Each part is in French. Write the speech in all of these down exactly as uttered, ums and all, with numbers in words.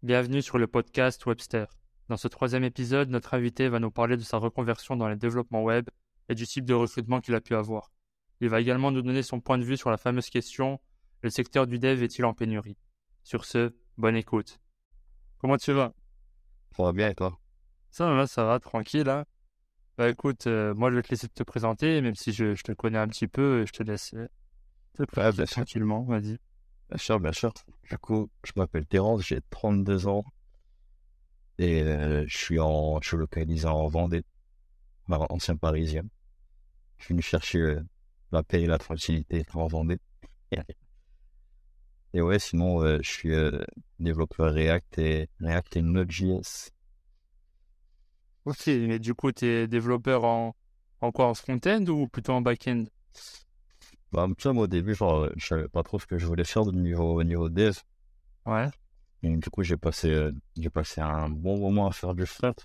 Bienvenue sur le podcast Webster. Dans ce troisième épisode, notre invité va nous parler de sa reconversion dans le développement web et du type de recrutement qu'il a pu avoir. Il va également nous donner son point de vue sur la fameuse question « Le secteur du dev est-il en pénurie ?» Sur ce, bonne écoute. Comment tu vas? Ça va bien et toi? Ça va, ça va, tranquille. Hein. Bah écoute, euh, moi je vais te laisser te présenter, même si je, je te connais un petit peu, je te laisse euh, te Ouais, présenter bien sûr, tranquillement, vas-y. bien sûr, bien sûr. Du coup, je m'appelle Terence, j'ai trente-deux ans et euh, je suis en, je suis localisé en Vendée, ma ancien parisien. Je suis venu chercher euh, la paix et la tranquillité en Vendée. Et ouais, sinon, euh, je suis euh, développeur React et React et Node.js. Ok, mais du coup, tu es développeur en, en quoi, en front-end ou plutôt en back-end? Bah, tu vois, moi, au début, genre, euh, je savais pas trop ce que je voulais faire de niveau, au niveau dev. Ouais. Et du coup, j'ai passé, euh, j'ai passé un bon moment à faire du front.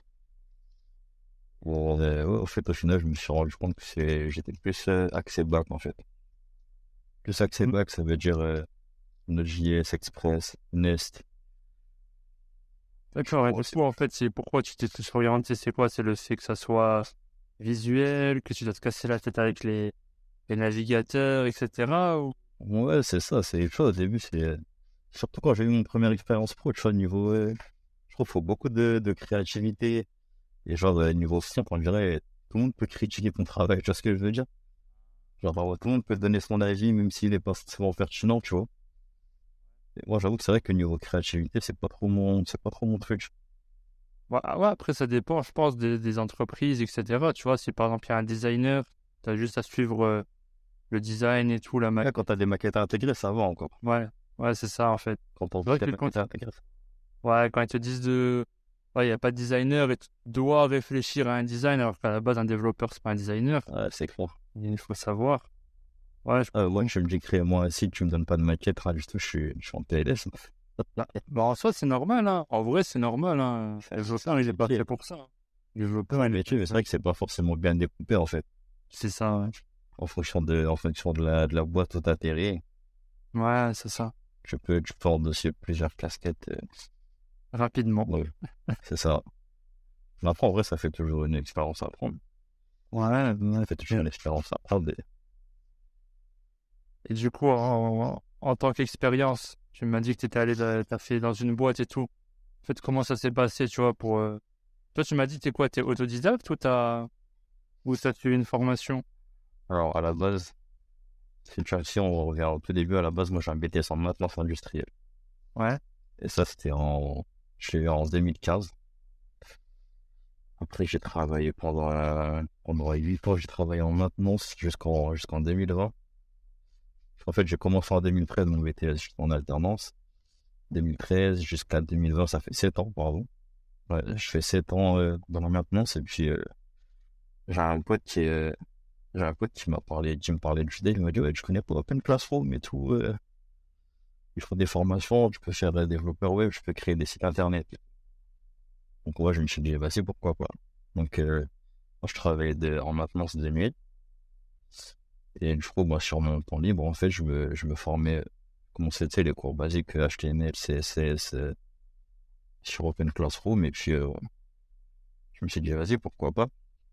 Bon, euh, ouais, au fait, au final, je me suis rendu compte que c'est, j'étais plus euh, axé back, en fait. Plus axé Mm. back, ça veut dire euh, Node.js, Express, Nest. D'accord, et Ouais, du c'est- coup, en fait, c'est pourquoi tu t'es plus orienté, c'est quoi? C'est le fait que ça soit visuel, que tu dois te casser la tête avec les, les navigateurs, et cetera ou... ouais, c'est ça, c'est tu vois, au début, c'est euh, surtout quand j'ai eu mon première expérience pro, tu vois, niveau, euh, je trouve qu'il faut beaucoup de, de créativité. Et genre, euh, niveau front, on dirait, tout le monde peut critiquer ton travail, tu vois ce que je veux dire? Genre, bah, ouais, tout le monde peut donner son avis, même s'il n'est pas forcément pertinent, tu vois. Et moi, j'avoue que c'est vrai que niveau créativité, c'est pas trop mon, c'est pas trop mon truc. Ouais, ah ouais, après, ça dépend, je pense, des, des entreprises, et cetera. Tu vois, si par exemple, il y a un designer, tu as juste à suivre euh, le design et tout, la ma... Ouais, quand t'as des maquettes à intégrer, ça va encore. Ouais, ouais, c'est ça, en fait. Quand on C'est vrai des que quand, maquettes à intégrer, ça ouais, quand ils te disent de... Ouais, il n'y a pas de designer et tu dois réfléchir à un design, alors qu'à la base, un développeur, c'est pas un designer. va. Ouais, c'est clair. Il faut savoir. Ouais, je Euh, moi, comprends. tu me dis créer-moi un site, tu me donnes pas de maquette, rien du tout, je suis, je suis en P L S. Bah, bah, en soi, c'est normal, hein. En vrai, c'est normal, hein. Le développeur, il est C'est pas métier. fait pour ça. Hein. Le développeur, C'est un il est... métier, mais c'est vrai que c'est pas forcément bien découpé, en fait. C'est ça, ouais. En fonction de, en fonction de la, de la boîte où t'atterris, Ouais, c'est ça. tu peux, tu peux endosser plusieurs casquettes. euh, Rapidement. ouais, c'est ça. Mais après, en vrai, ça fait toujours une expérience à apprendre. Ouais, Ça ouais. fait toujours une expérience à apprendre. Et- Et du coup, en, en tant qu'expérience, tu m'as dit que tu étais allé, dans- t'as fait dans une boîte et tout. En fait, comment ça s'est passé, tu vois, pour... euh, Toi, tu m'as dit, t'es quoi? T'es autodidacte ou t'as... ou t'as suivi une formation? Alors, à la base, si tu si on revient au tout début, à la base, moi, j'ai un B T S en maintenance industrielle. Ouais. Et ça, c'était en, je l'ai eu en deux mille quinze. Après, j'ai travaillé pendant, euh, pendant huit ans, j'ai travaillé en maintenance jusqu'en, jusqu'en deux mille vingt. En fait, j'ai commencé en deux mille treize, mon B T S, j'étais en alternance. deux mille treize jusqu'à deux mille vingt, ça fait sept ans, pardon. Ouais, je fais sept ans euh, dans la maintenance et puis euh, j'ai un pote qui est, euh, j'ai un pote qui m'a parlé, qui me parlait du dev, il m'a dit ouais, tu connais pas Open Classroom et tout, euh, ils font des formations, tu peux faire des développeurs web, je peux créer des sites internet. Donc ouais, je me suis dit bah c'est pourquoi pas. Donc euh, moi je travaillais de, en maintenance de nuit et du coup moi sur mon temps libre en fait je me, je me formais, comment c'était les cours basiques H T M L, C S S euh, sur Open Classroom et puis euh, je me suis dit vas-y pourquoi pas.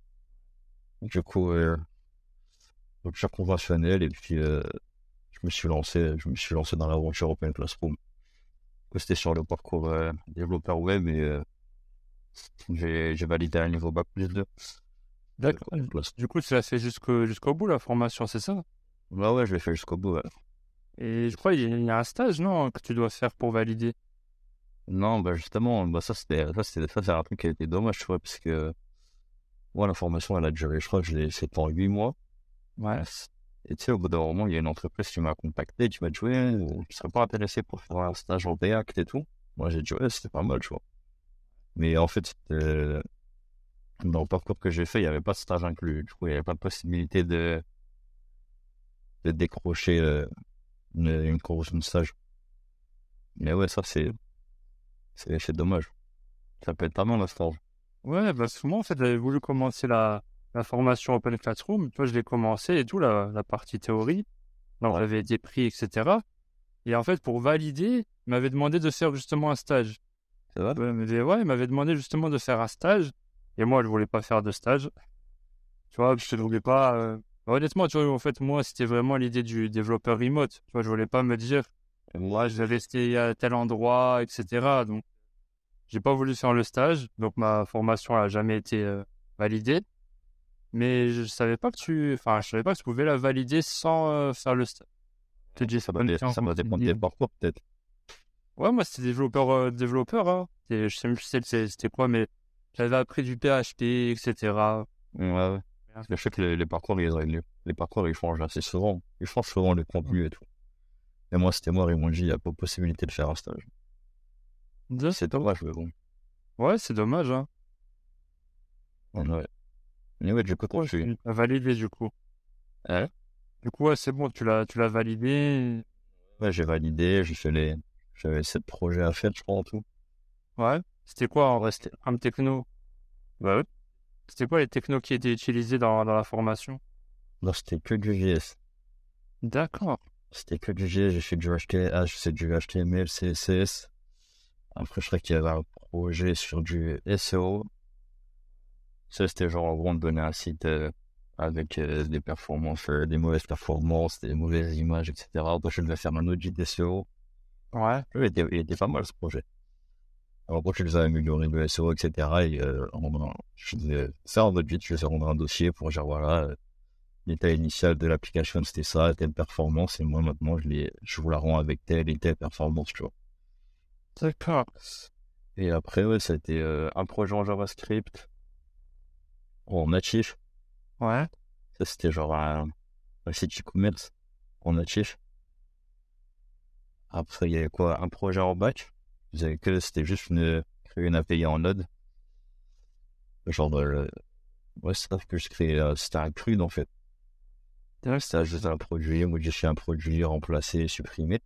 Du coup euh, rupture conventionnelle et puis euh, je me suis lancé, je me suis lancé dans l'aventure Open Classroom. C'était sur le parcours euh, développeur web et euh, j'ai, j'ai validé un niveau bac plus deux. D'accord. Open Classroom. Du coup, tu l'as fait jusqu'au jusqu'au bout, la formation, c'est ça? Ouais, ouais, je l'ai fait jusqu'au bout. Ouais. Et je crois qu'il y a il y a un stage, non, que tu dois faire pour valider. Non, bah justement, bah ça c'était, ça c'était, ça c'est un truc qui a été dommage, tu vois, parce que moi la formation elle a duré, je crois que je l'ai fait pendant huit mois. Ouais. Et tu sais, au bout d'un moment, il y a une entreprise qui m'a contacté, qui m'a dit ouais, euh, tu serais pas intéressé pour faire un stage en React et tout. Moi j'ai dit ouais, c'était pas mal, tu vois. Mais en fait, c'était- dans le parcours que j'ai fait, il n'y avait pas de stage inclus. Du coup, il n'y avait pas de possibilité de, de décrocher euh, une, une convention de stage. Mais ouais, ça, c'est, c'est, c'est dommage. Ça peut être pas mal, le stage. Ouais, bah souvent, en fait, j'avais voulu commencer la, la formation Open Classroom. Toi, je l'ai commencé et tout, la, la partie théorie. Donc, Ouais. j'avais des prix, et cetera. Et en fait, pour valider, il m'avait demandé de faire justement un stage. Ça va? Ouais, il m'avait ouais, il m'avait demandé justement de faire un stage. Et moi, je voulais pas faire de stage. Tu vois, je ne voulais pas. euh, bah, honnêtement, tu vois, en fait, moi, c'était vraiment l'idée du développeur remote. Tu vois, je voulais pas me dire, moi, je vais rester à tel endroit, et cetera. Donc, j'ai pas voulu faire le stage. Donc, ma formation n'a jamais été euh, validée. Mais je savais pas que tu. Enfin, je savais pas que tu pouvais la valider sans euh, faire le stage. Je te dis, Ça va, bonne dé- chance, ça va comme tu me dépendre dis. des parcours, peut-être. Ouais, moi, c'était développeur, euh, développeur, hein. Et je sais même plus c'était c'était quoi, mais j'avais appris du P H P, et cetera. Ouais, ouais. Parce que je sais que les, les parcours, ils, les, les parcours, ils changent assez souvent. Ils changent souvent le contenu et tout. Et moi, c'était moi, ils m'ont dit, il n'y a pas possibilité de faire un stage. C'est D'accord. dommage, mais bon. Ouais, c'est dommage, hein. Ouais, ouais. Mais ouais, du coup, toi, Ouais, tu... tu l'as validé, du coup. Hein? Du coup, ouais, c'est bon, tu l'as, tu l'as validé. Ouais, j'ai validé, j'ai fait les... J'avais sept projets à faire, je crois, en tout. Ouais. C'était quoi, en Ouais, c'était... en techno? Bah ouais. C'était quoi les technos qui étaient utilisés dans, dans la formation? Non, c'était que du J S. D'accord. C'était que du J S, j'ai fait du H T M L, c'est du H T M L, C S S. Après, je crois qu'il y avait un projet sur du S E O. Ça, c'était genre, en gros, on te donnait un site euh, avec euh, des performances, euh, des mauvaises performances, des mauvaises images, et cetera. Après, je devais faire un audit S E O. Ouais. Il était, il était pas mal, ce projet. Alors, après, je les ai améliorés, le S E O, et cetera. Et euh, on, je devais faire un audit, je devais rendre un dossier pour dire, voilà, euh, l'état initial de l'application, c'était ça, telle performance. Et moi, maintenant, je, les, je vous la rends avec telle et telle performance, tu vois. D'accord. Et après, ouais, ça a été euh, un projet en JavaScript, en natif. Ouais. Ça, c'était genre un, un site e-commerce en natif. Après, il y avait quoi? Un projet en back. Vous savez que c'était juste une, créer une A P I en Node. Genre, euh, ouais, c'est ça que je créais. euh, C'était un CRUD, en fait. C'était juste un produit, modifier un produit, remplacer, supprimer.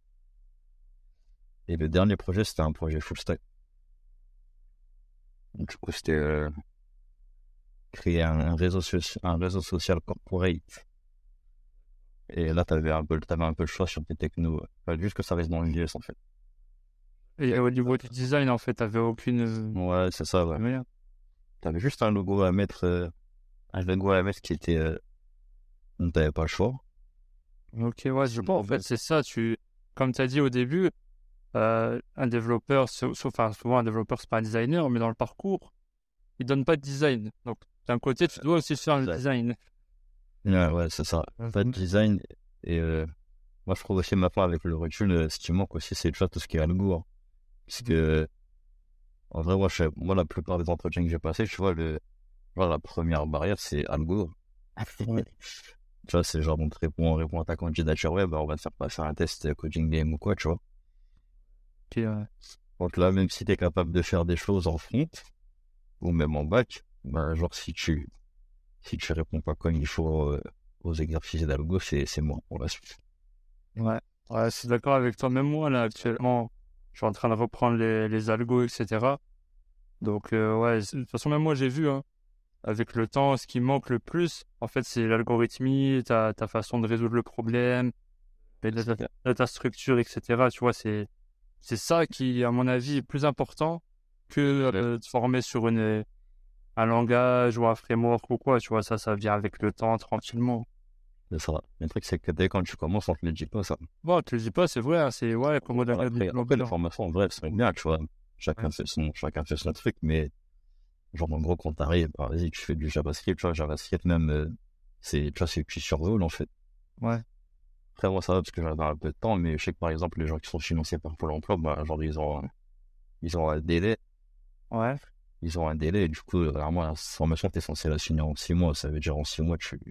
Et le dernier projet, c'était un projet full stack. Donc, du coup, c'était euh, créer un, un réseau, soci- un réseau social corporate. Et là, t'avais un peu, t'avais un peu le choix sur tes technos. Fallait juste que ça reste dans le J S, en fait. Et au niveau du design, en fait, t'avais aucune euh, Ouais, c'est ça, ouais. manière. T'avais juste un logo à mettre, euh, un logo à mettre qui était, euh, dont t'avais pas le choix. Ok, ouais, je sais en fait, c'est ça. Tu, comme tu as dit au début, euh, un développeur, sau- sau- enfin, souvent un développeur, c'est pas un designer, mais dans le parcours, il donne pas de design. Donc, d'un côté, tu dois aussi faire le Ouais, design. ouais, ouais, c'est ça. Pas de design. Et euh, moi, je trouve aussi maintenant, avec le recul, euh, ce qui manque aussi, c'est déjà tout ce qui est algo, hein. Parce que, en vrai, moi, je, sais- moi, la plupart des entretiens que j'ai passés, tu vois, le, genre, la première barrière, c'est algo. Ouais. Tu vois, c'est genre, on te répond, on répond à ta candidature web, on va te faire passer un test euh, coding game ou quoi, tu vois. Ok, ouais. Donc là, même si t'es capable de faire des choses en front, ou même en back, bah, genre, si tu, si tu réponds pas comme il faut euh, aux exercices d'algo, c'est, c'est mort pour la suite. Ouais, ouais, je suis d'accord avec toi. Même moi, là, actuellement, je suis en train de reprendre les, les algos, et cetera. Donc, euh, ouais, c'est- de toute façon, même moi, j'ai vu, hein, avec le temps, ce qui manque le plus, en fait, c'est l'algorithmie, ta, ta façon de résoudre le problème, et la data, data structure, et cetera. Tu vois, c'est, c'est ça qui, à mon avis, est plus important que euh, de former sur une, un langage ou un framework ou quoi. Tu vois, ça, ça vient avec le temps, tranquillement. C'est ça. Le truc, c'est que dès quand tu commences, on te le dit pas, ça. Bon, tu le dis pas, c'est vrai, hein, c'est, ouais, comme on Voilà, a après, après, les formations, en vrai, elles sont bien, tu vois. Chacun Ouais. fait son, chacun fait son truc, mais, genre, en gros, quand t'arrives, bah, vas-y, tu fais du JavaScript, tu vois, JavaScript, même, euh, c'est, tu vois, c'est tu survoles, en fait. Ouais. Après, moi, ça va parce que j'avais un peu de temps, mais je sais que, par exemple, les gens qui sont financés par Pôle emploi, bah, genre, ils ont, ils ont un délai, Ouais. ils ont un délai, et du coup, vraiment, la formation, t'es censé la finir en six mois. Ça veut dire, en six mois, tu,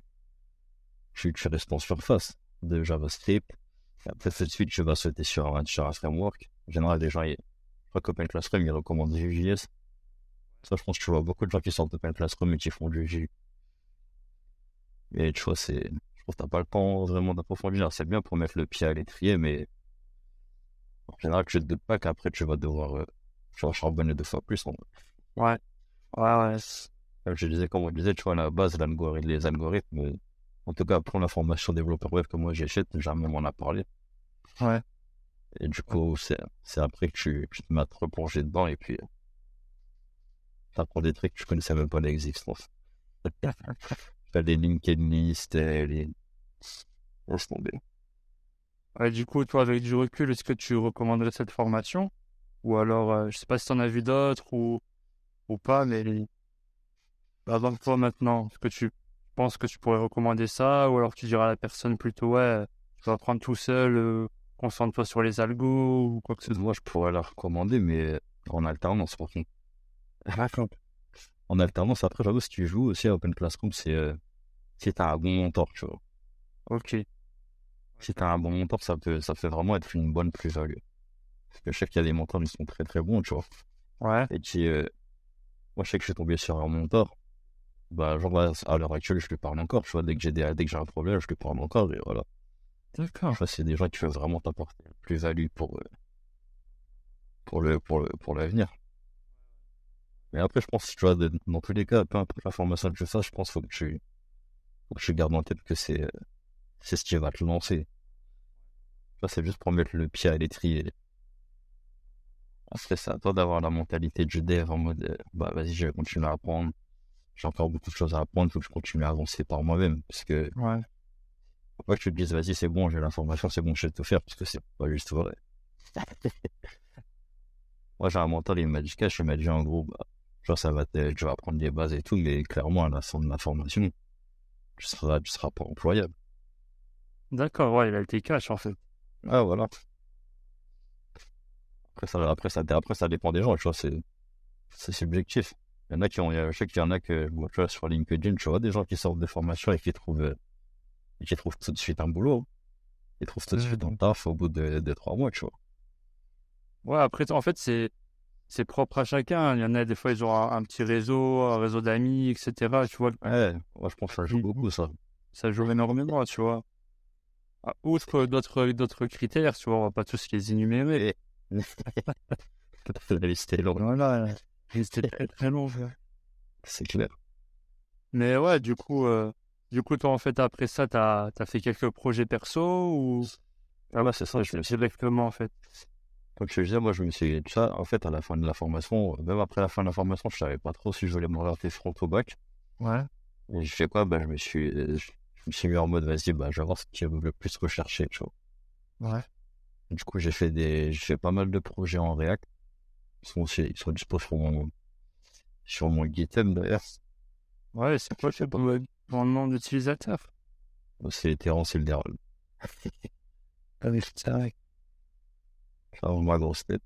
tu, tu restes en surface de JavaScript. Et après, tout de suite, tu vas sauter sur un, sur un framework. En général, les gens, ils, je crois qu'Open Classroom, ils recommandent Vue.js. Ça, je pense que tu vois beaucoup de gens qui sortent d'Open Classroom et qui font du Vue. Et tu vois, c'est, je pense que t'as pas le temps vraiment d'approfondir. C'est bien pour mettre le pied à l'étrier, mais en général, tu te doutes pas qu'après, tu vas devoir, euh, tu vas charbonner deux fois plus. En vrai. Ouais. Ouais, ouais. Comme je disais, comme on disait, tu vois, à la base, l'algorithme, les algorithmes, euh, en tout cas, pour la formation développeur web que moi j'ai faite, jamais on m'en a parlé. Ouais. Et du coup, c'est, c'est après que tu, tu te mets à te replonger dedans et puis tu apprends des trucs que tu connaissais même pas l'existence. T'as les LinkedIn list, et les... Laisse tomber. Ouais, du coup, toi, avec du recul, est-ce que tu recommanderais cette formation? Ou alors, euh, je sais pas si t'en as vu d'autres ou, ou pas, mais avant toi maintenant, est-ce que tu penses que tu pourrais recommander ça? Ou alors tu diras à la personne plutôt, ouais, tu vas apprendre tout seul, euh, concentre-toi sur les algos ou quoi que ce soit. Moi, je pourrais la recommander, mais en alternance, par contre. D'accord. En alternance, après, j'avoue, si tu joues aussi à Open Classroom, c'est euh, si t'as un bon mentor, tu vois. Ok. Si t'as un bon mentor, ça peut, ça fait vraiment être une bonne plus-value. Parce que je sais qu'il y a des mentors qui sont très très bons, tu vois. Ouais. Et qui, euh, moi, je sais que je suis tombé sur un mentor. Bah, genre, là, à l'heure actuelle, je lui parle encore, tu vois. Dès que j'ai des, dès que j'ai un problème, je lui parle encore, et voilà. Tu D'accord. vois, c'est des gens qui peuvent vraiment t'apporter une plus-value pour, euh, pour le, pour le, pour l'avenir. Mais après, je pense, tu vois, de- dans tous les cas, peu importe la formation que je fasse, je pense qu'il faut que tu, faut que tu gardes en tête que c'est, euh, c'est ce qui va te lancer. Tu vois, c'est juste pour mettre le pied à l'étrier. Après, c'est à toi d'avoir la mentalité du dev en mode, euh, bah, vas-y, je vais continuer à apprendre. J'ai encore beaucoup de choses à apprendre, il faut que je continue à avancer par moi-même. Parce que, Ouais. faut pas que tu te dises, vas-y, c'est bon, j'ai l'information, c'est bon, je sais tout faire, parce que c'est pas juste vrai. Moi, j'ai un mentor, il m'a dit, cash, il m'a dit, en gros, bah, genre, ça va te, tu vas apprendre les bases et tout, mais clairement, à la fin de la formation, tu seras, tu seras pas employable. D'accord, ouais, il a été cash en fait. Ah, voilà. Après, ça, après, ça, après, ça dépend des gens, tu vois, c'est, c'est subjectif. Il y en a qui ont, je sais qu'il y en a que, bon, tu vois, sur LinkedIn, tu vois, des gens qui sortent de formation et qui trouvent, euh, et qui trouvent tout de suite un boulot. Ils trouvent tout de suite un Mhm. taf au bout de, de trois mois, tu vois. Ouais, après, en fait, c'est c'est propre à chacun. Il y en a des fois, ils ont un, un petit réseau, un réseau d'amis, et cetera. Tu vois, Ouais, moi, je pense que ça joue beaucoup, ça. ça joue énormément, tu vois. Ah, C'est outre d'autres d'autres critères, tu vois, on va pas tous les énumérer. La liste est longue. Voilà, et c'était très très long. Ouais. C'est clair. Mais ouais, du coup, euh, du coup, toi, en fait, après ça, t'as t'as fait quelques projets perso ou Ah t'as bah, c'est ça, je me suis... directement, en fait. Comme je te disais, moi, je me suis... Ça, en fait, à la fin de la formation, même après la fin de la formation, je savais pas trop si je voulais m'orienter front au bac. Ouais. Et je fais quoi? Bah, je me suis... Je je me suis mis en mode, vas-y, bah, je vais voir ce qui est le plus recherché, tu vois. Ouais. Du coup, j'ai fait des... J'ai fait pas mal de projets en React. Ils sont aussi... Ils sont dispo sur mon... Sur mon GitHub, d'ailleurs. Ouais, c'est quoi Je sais le pas. bon bon nom d'utilisateur? C'est Terence Hilderol. Ah oui, c'est vrai. Ça, ma grosse tête.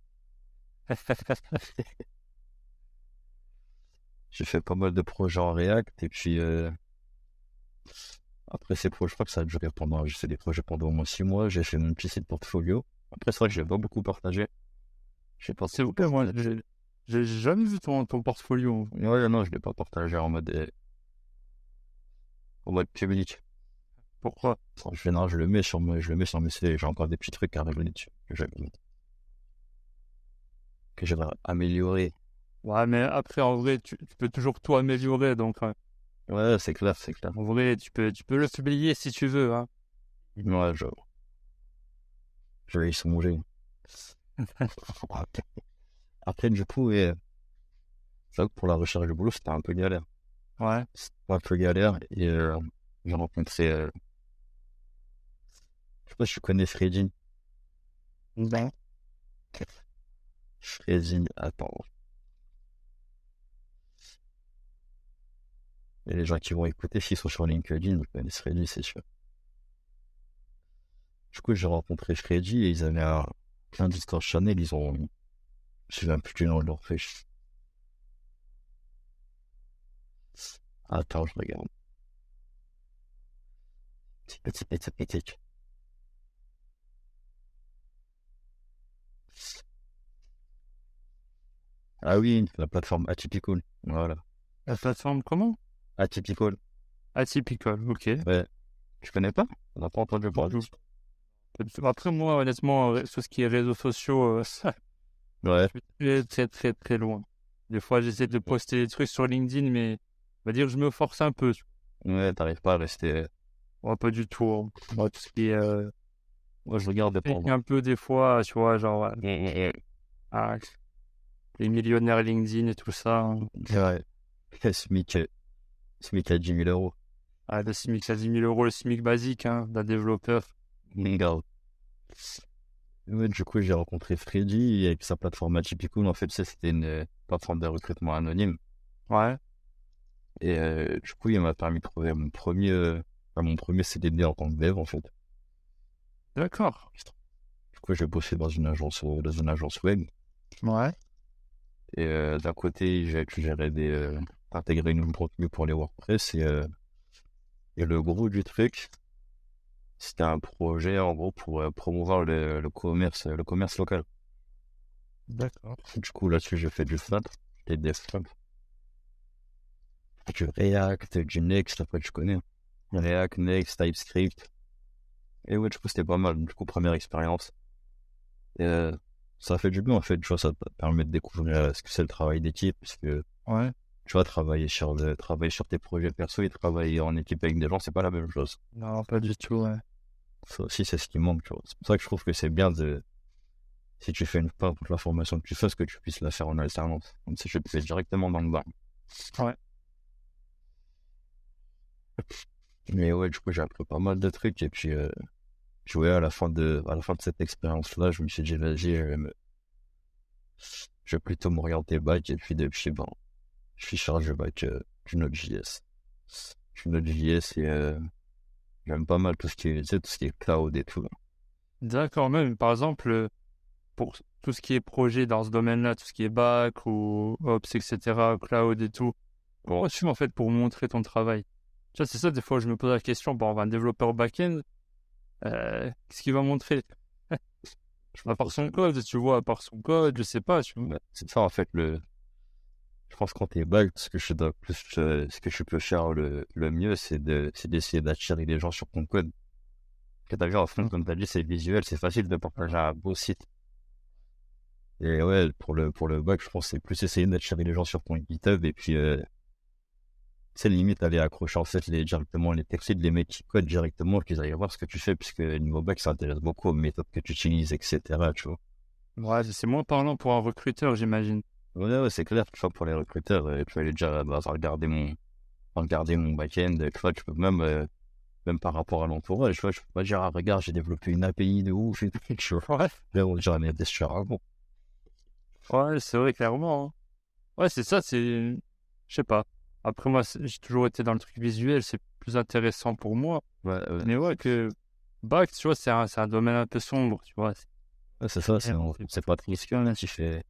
J'ai fait pas mal de projets en React et puis euh, après ces projets, je crois que ça a duré pendant, j'ai fait des projets pendant au moins six mois. J'ai fait mon petit site portfolio. Après, c'est vrai que je l'ai pas beaucoup partagé. Je sais pas S'il vous beaucoup plaît, moi, partagé. j'ai j'ai jamais vu ton, ton portfolio. Ouais, non, je l'ai pas partagé en mode, euh, en mode public. Pourquoi? En général, je le mets sur mes, je le mets sur mes C V. J'ai encore des petits trucs à régler dessus que j'aimerais que j'aimerais améliorer. Ouais, mais après, en vrai, tu, tu peux toujours tout améliorer. Donc, euh, Ouais, c'est clair, c'est clair. en vrai, tu peux, tu peux le publier si tu veux, hein. Ouais, je, je vais y songer. Après, du coup, ouais, c'est vrai que pour la recherche du boulot, c'était un peu galère. Ouais. C'était un peu galère et euh, j'ai rencontré, euh, je sais pas si tu connais Fredin. Ben. Fredin, attends. Et les gens qui vont écouter, s'ils sont sur LinkedIn, ils connaissent Freddy, c'est sûr. Du coup, j'ai rencontré Freddy et ils avaient un, un Discord channel, ils ont, je sais même plus du nom de leur fiche. Attends, je regarde. Petit, petit, petit, petit. Ah oui, la plateforme Atypical. Voilà. La plateforme comment? Atypical. Atypical, ok. Ouais. Tu connais pas? On n'a pas entendu parler. Je- Après, moi, honnêtement, euh, tout ce qui est réseaux sociaux, euh, ça, Ouais. je suis très, très, très, très loin. Des fois, j'essaie de poster des trucs sur LinkedIn, mais on va dire, je me force un peu. Tu Ouais, t'arrives pas à rester. vois, pas du tout. Hein. Moi, tout ce qui est euh, Moi, je regarde Et pour un peu des fois, tu vois, genre, euh, Ouais. ah, les millionnaires LinkedIn et tout ça. Hein. SMIC, euh, SMIC à dix mille euros. Ah, le SMIC à dix mille euros, le SMIC basique hein, d'un développeur. Regarde. Ouais, du coup, j'ai rencontré Freddy avec sa plateforme Atypical. En fait, ça, c'était une euh, plateforme de recrutement anonyme. Ouais, Et euh, du coup, il m'a permis de trouver mon premier, euh, enfin, mon premier C D D en tant que dev, en fait. d'accord. Du coup, j'ai bossé dans une agence, euh, dans une agence web. Ouais. Et euh, d'un côté, j'ai géré des, euh, intégré une contenu pour les WordPress. Et, euh, et le gros du truc, c'était un projet, en gros, pour euh, promouvoir le, le commerce, le commerce local. D'accord. Du coup, là-dessus, j'ai fait du front, des dev front, du React, du Next, après, tu connais. React, Next, TypeScript. Et ouais, du coup, c'était pas mal. Du coup, première expérience. Et, euh, ça fait du bien, en fait. Tu vois, ça te permet de découvrir euh, ce que c'est le travail d'équipe. Parce que, Ouais. tu vois, travailler sur, le, travailler sur tes projets perso et travailler en équipe avec des gens, c'est pas la même chose. Non, pas du tout, ouais. Ça aussi, c'est ce qui manque, tu vois. C'est pour ça que je trouve que c'est bien de, si tu fais une part pour la formation que tu fais, que tu puisses la faire en alternance. Comme ça, je te fais directement dans le bain. Ouais. Mais ouais, du coup, j'ai appris pas mal de trucs. Et puis, euh, puis ouais, à la fin de, à la fin de cette expérience-là, je me suis dit, vas-y, je vais, me- je vais plutôt m'orienter back. Et puis, depuis, bon, je suis chargé back euh, du Node.js. Du Node.js et euh, j'aime pas mal tout ce qui est, tu sais, tout ce qui est cloud et tout. D'accord, même par exemple, euh, pour tout ce qui est projet dans ce domaine-là, tout ce qui est back ou ops, et cetera, cloud et tout, comment tu fais en fait pour montrer ton travail? Tu vois, c'est ça, des fois, je me pose la question, bon, on va un développeur back-end, euh, qu'est-ce qu'il va montrer? À part son code, tu vois, à part son code, je sais pas, tu vois. Ouais, c'est ça, en fait, le, je pense que quand t'es back, ce que je dois plus, euh, ce que je peux faire le, le mieux, c'est de, c'est d'essayer d'attirer les gens sur ton code. Parce que t'as vu, en front, comme t'as dit, c'est visuel, c'est facile de partager un beau site. Et ouais, pour le, pour le back, je pense que c'est plus essayer d'attirer les gens sur ton GitHub et puis, euh, c'est limite aller accrocher en fait les, directement les textes les mecs qui codent directement, qu'ils aillent voir ce que tu fais, puisque niveau back, ça intéresse beaucoup aux méthodes que tu utilises, et cetera. Tu vois. Ouais, c'est moins parlant pour un recruteur, j'imagine. Ouais, ouais, c'est clair, tu vois, pour les recruteurs, euh, tu vas aller déjà bah, regarder mon, regarder mon back-end, tu vois, tu peux même, euh, même par rapport à l'entourage, tu vois, je peux pas dire, ah, regarde, j'ai développé une A P I de ouf et tout, tu vois. Ouais, Là, on dirait, mais sur avant. ouais, c'est vrai, clairement. Hein. Ouais, c'est ça, c'est. Je sais pas. Après, moi, c'est- j'ai toujours été dans le truc visuel, c'est plus intéressant pour moi. Ouais, ouais. Mais ouais, que back, tu vois, c'est un, c'est un domaine un peu sombre, tu vois. C'est Ouais, c'est ça, c'est, clair, on- c'est c'est pas pas triste, là, tu fais.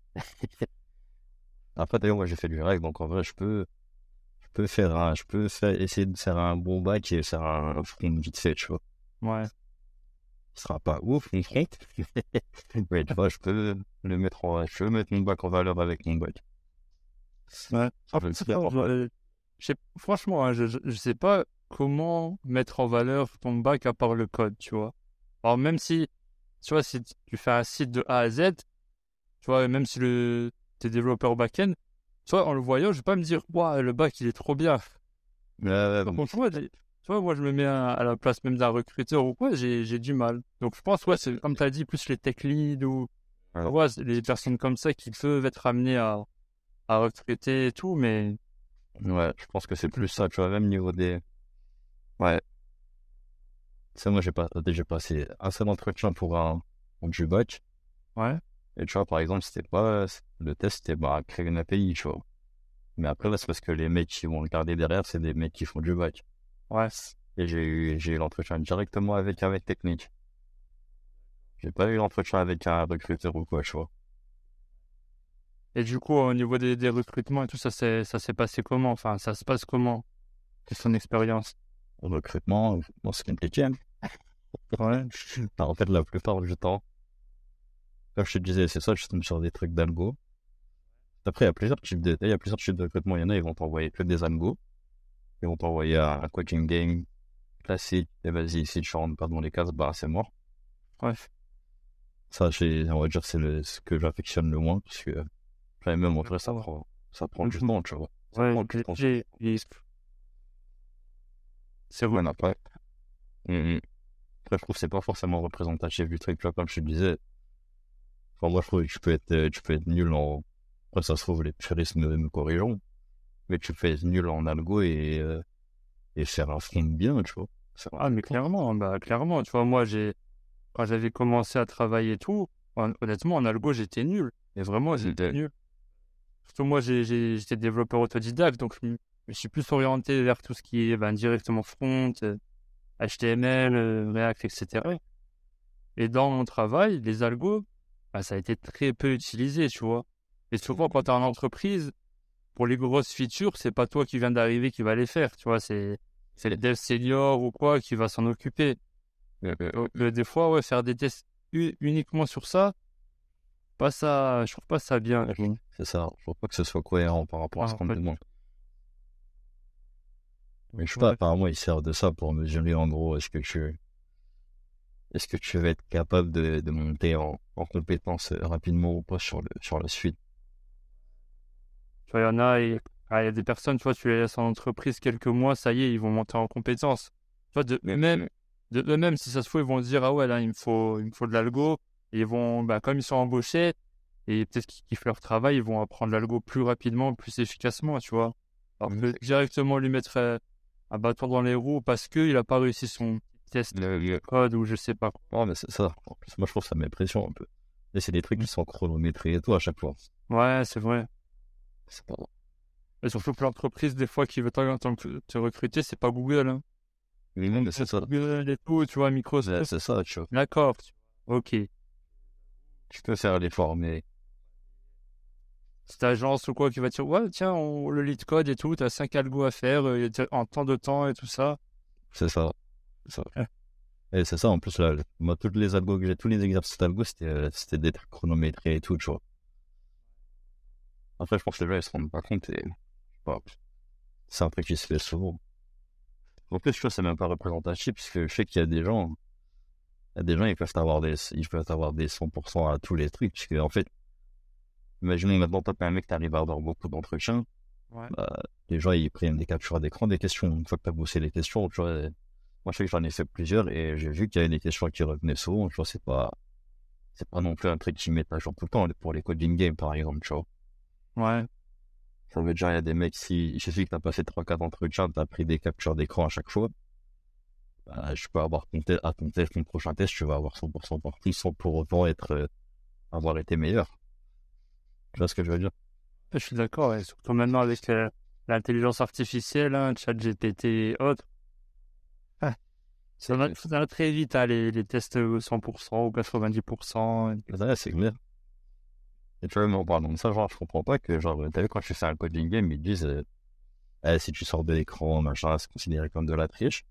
Après, d'ailleurs, moi, j'ai fait du React, donc en vrai, je peux, je peux faire un, je peux faire, essayer de faire un bon back et faire un front vite fait, tu vois. Ouais. Ce sera pas ouf, mon front. Mais tu vois, je peux le mettre en, je peux mettre mon back en valeur avec mon back. Ouais. Ça Ah, peut le c'est faire. pas- je- je sais- franchement, hein, je, je, je sais pas comment mettre en valeur ton bac à part le code, tu vois. Alors, même si, tu vois, si tu fais un site de A à Z, tu vois, même si le, t'es développeur back-end, tu vois, en le voyant, je vais pas me dire, waouh, le bac, il est trop bien. Euh, Par contre, moi, j'ai- tu vois, moi, je me mets à, à la place même d'un recruteur ou quoi, j'ai, j'ai du mal. Donc, je pense, ouais, c'est comme tu as dit, plus les tech leads ou, tu alors, vois, c'est les personnes comme ça qui peuvent être amenées à, à recruter et tout, mais, ouais, je pense que c'est plus ça, tu vois, même niveau des, ouais. Ça, moi, j'ai pas, j'ai passé un seul entretien pour un, pour du back. ouais, Et tu vois, par exemple, c'était pas, le test, c'était, bah, créer une A P I, tu vois. Mais après, là, c'est parce que les mecs qui vont regarder derrière, c'est des mecs qui font du back. ouais. Et j'ai eu, j'ai eu l'entretien directement avec un mec technique. J'ai pas eu l'entretien avec un recruteur ou quoi, tu vois. Et du coup, au niveau des, des recrutements et tout, ça s'est, ça s'est passé comment? Enfin, ça se passe comment? C'est son expérience. Au recrutement, bon, c'est compliqué, hein. Ouais, Enfin, en fait, la plupart du temps, comme je te disais, c'est ça, je tombe sur des trucs d'algo. Après, il y a plusieurs types de, il y a plusieurs types de recrutement. Il y en a, ils vont t'envoyer que des algos. Ils vont t'envoyer un, un coaching game classique. Et vas-y, si tu rentres pas dans les cases, bah, c'est mort. ouais. Ça, j'ai, on va dire, c'est le, ce que j'affectionne le moins, parce que, enfin, même en vrai, ça prend, ça prend du temps, tu vois. Ça Ouais, prend du j'ai, temps. j'ai- j'ai- c'est Ouais, vrai. n'a pas. Mhm. Après, je trouve que c'est pas forcément représentatif du truc, tu vois, comme je te disais. Enfin, moi, je trouve que tu peux être, euh, tu peux être nul en... Après, ça se trouve, les puristes me, me corrigeront. Mais tu peux être nul en algo et, euh, et faire un front bien, tu vois. Faire un Ah, mais truc bien. clairement, bah, clairement, tu vois, moi, j'ai, quand j'avais commencé à travailler et tout, hon- honnêtement, en algo, j'étais nul. Et vraiment, j'étais C'était- nul. Surtout moi, j'ai, j'ai- j'étais développeur autodidacte, donc je me je me suis plus orienté vers tout ce qui est ben, directement front, euh, H T M L, euh, React, et cetera. Et dans mon travail, les algos, bah, ça a été très peu utilisé, tu vois. Et souvent, quand tu es en entreprise, pour les grosses features, c'est pas toi qui viens d'arriver qui va les faire, tu vois. C'est, c'est le dev senior ou quoi qui va s'en occuper. euh, euh, Donc, euh, des fois, ouais, faire des tests u- uniquement sur ça, pas ça, je trouve pas ça bien. euh, C'est ça. Je vois pas que ce soit cohérent par rapport à Ah, ce en qu'on me fait, demande. Mais donc, je sais pas, ouais. apparemment, ils servent de ça pour mesurer, en gros, est-ce que tu, est-ce que tu vas être capable de, de monter en, en compétence euh, rapidement ou pas sur le, sur la suite. Tu vois, il y en a, et, ah, il y a des personnes, tu vois, tu les laisses en entreprise quelques mois, ça y est, ils vont monter en compétences. Tu vois, de eux-mêmes, de eux-mêmes, si ça se trouve, ils vont se dire, ah ouais, là, il me faut, il me faut de l'algo. Et ils vont, bah, comme ils sont embauchés, et peut-être qu'ils kiffent leur travail, ils vont apprendre l'algo plus rapidement, plus efficacement, tu vois. Alors Mhm. que directement lui mettre euh, un bâton dans les roues parce qu'il n'a pas réussi son test Le- le- code ou je sais pas quoi. Non, mais c'est ça. En plus, moi, je trouve que ça met pression un peu. Et c'est des trucs qui sont chronométrés et tout à chaque fois. Ouais, c'est vrai. C'est pas... Et surtout que l'entreprise, des fois, qui veut t'en- t'en- te recruter, c'est pas Google, hein. Mais non, mais c'est ça. Google et tout, tu vois, Ouais, Microsoft. c'est ça, tu vois. D'accord. Ok. Tu peux faire l'effort, mais Cette agence ou quoi qui va te dire, ouais, tiens, on, le lead code et tout, t'as cinq algos à faire euh, en temps de temps et tout ça. c'est ça. C'est ça. Ouais. Et c'est ça, en plus, là, le- moi, tous les algos que j'ai, tous les exercices d'algo, c'était, euh, c'était des trucs chronométrés et tout, tu vois. Après, je pense que les gens, ils se rendent pas compte et, bah, c'est un truc qui se fait souvent. En plus, tu vois, c'est même pas représentatif, parce que je sais qu'il y a des gens, il y a des gens, ils peuvent avoir des, ils peuvent avoir des cent pour cent à tous les trucs, parce que, en fait, imaginons maintenant, toi, t'es un mec, t'arrives à avoir beaucoup d'entretiens, Ouais. bah, les gens, ils prennent des captures d'écran des questions. Une fois que t'as bossé les questions, tu vois, moi, je sais que j'en ai fait plusieurs et j'ai vu qu'il y avait des questions qui revenaient souvent, tu vois, c'est pas, c'est pas non plus un truc qui met à jour tout le temps, pour les coding games, par exemple, tu vois. Ouais. Ça veut dire, il y a des mecs, si, je sais que t'as passé trois quatre entretiens, t'as pris des captures d'écran à chaque fois, bah, je peux avoir ton test, à ton test, ton prochain test, tu vas avoir cent pour cent parti sans pour autant être, euh, avoir été meilleur. Tu vois ce que je veux dire? Je suis d'accord, et surtout maintenant avec euh, l'intelligence artificielle, hein, ChatGPT et autres. Ah, ça va, ça va très vite, hein, les, les tests euh, cent pour cent ou quatre-vingt-dix pour cent. Ouais, c'est clair. Et tu vois, mais en parlant de ça, genre, je comprends pas que, genre, t'as vu, quand tu fais un coding game, ils te disent, euh, eh, si tu sors de l'écran, machin, c'est considéré comme de la triche.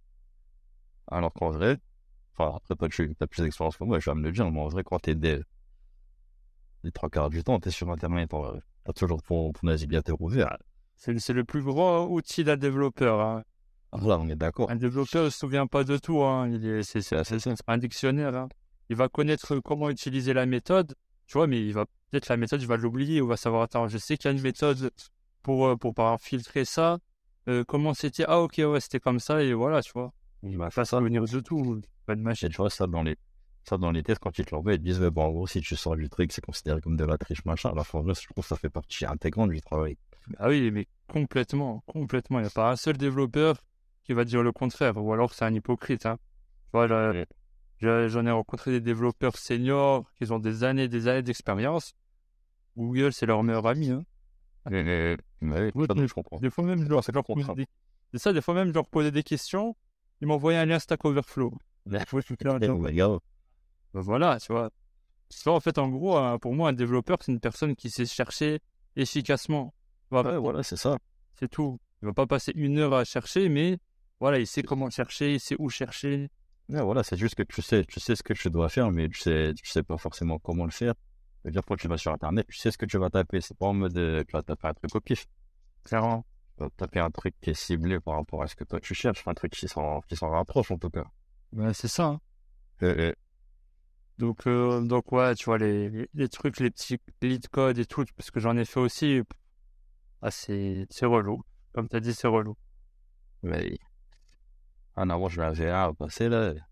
Alors qu'en vrai, enfin, après, toi, tu as plus d'expérience que moi, je vais me le dire, mais en vrai, quand t'es dev, les trois quarts du temps, t'es sur Internet, t'as t'as toujours ton, ton navigateur ouvert. C'est c'est le plus grand outil d'un développeur, hein. Alors là, on est d'accord. Un développeur ne se souvient pas de tout, hein. Il est, c'est, c'est, C'est assez c'est simple. un dictionnaire, hein. Il va connaître comment utiliser la méthode, tu vois, mais il va peut-être la méthode, il va l'oublier ou va savoir, attends, je sais qu'il y a une méthode pour, euh, pour par exemple, filtrer ça. Euh, comment c'était? Ah, ok, ouais, c'était comme ça, et voilà, tu vois. Il m'a Il fait va se ça. souvenir de tout. Pas de Et machine. tu vois, ça, dans les, ça, dans les tests, quand ils te l'envoient, ils te disent, ouais, bon, en gros, si tu sors du truc, c'est considéré comme de la triche, machin. Alors qu'en vrai, je trouve que ça fait partie intégrante du travail. Ah oui, mais complètement, complètement. Il n'y a pas un seul développeur qui va dire le contraire, ou alors c'est un hypocrite, hein. Tu vois, là, Mm. je- j'en ai rencontré des développeurs seniors qui ont des années et des années d'expérience. Google, c'est leur meilleur ami, hein. Mais, mais, mais oui, Ouais, ça, mais je comprends. Des fois même, je leur, C'est je leur pas posais contraint. des... C'est ça, des fois même, je leur posais des questions. Ils m'envoyaient un lien Stack Overflow. Mais, Faut se faire un oh job. my God. Ben voilà, tu vois. Tu vois, en fait, en gros, hein, pour moi, un développeur, c'est une personne qui sait chercher efficacement. Tu vois, Ouais, voilà, c'est ça. c'est tout. Il va pas passer une heure à chercher, mais voilà, il sait comment chercher, il sait où chercher. Ouais, voilà, c'est juste que tu sais, tu sais ce que tu dois faire, mais tu sais, tu sais pas forcément comment le faire. C'est-à-dire, quand tu vas sur Internet, tu sais ce que tu vas taper. C'est pas en mode, euh, tu vas taper un truc au pif. Clairement. Tu vas taper un truc qui est ciblé par rapport à ce que toi tu cherches, un truc qui s'en, qui s'en rapproche, en tout cas. Ben, c'est ça, hein. Euh, euh, Donc, euh, donc ouais, tu vois, les, les, les trucs, les petits lead codes et tout, parce que j'en ai fait aussi, ah, c'est, c'est relou. Comme tu as dit, c'est relou. mais, ah non, moi, je l'avais un à passer, là.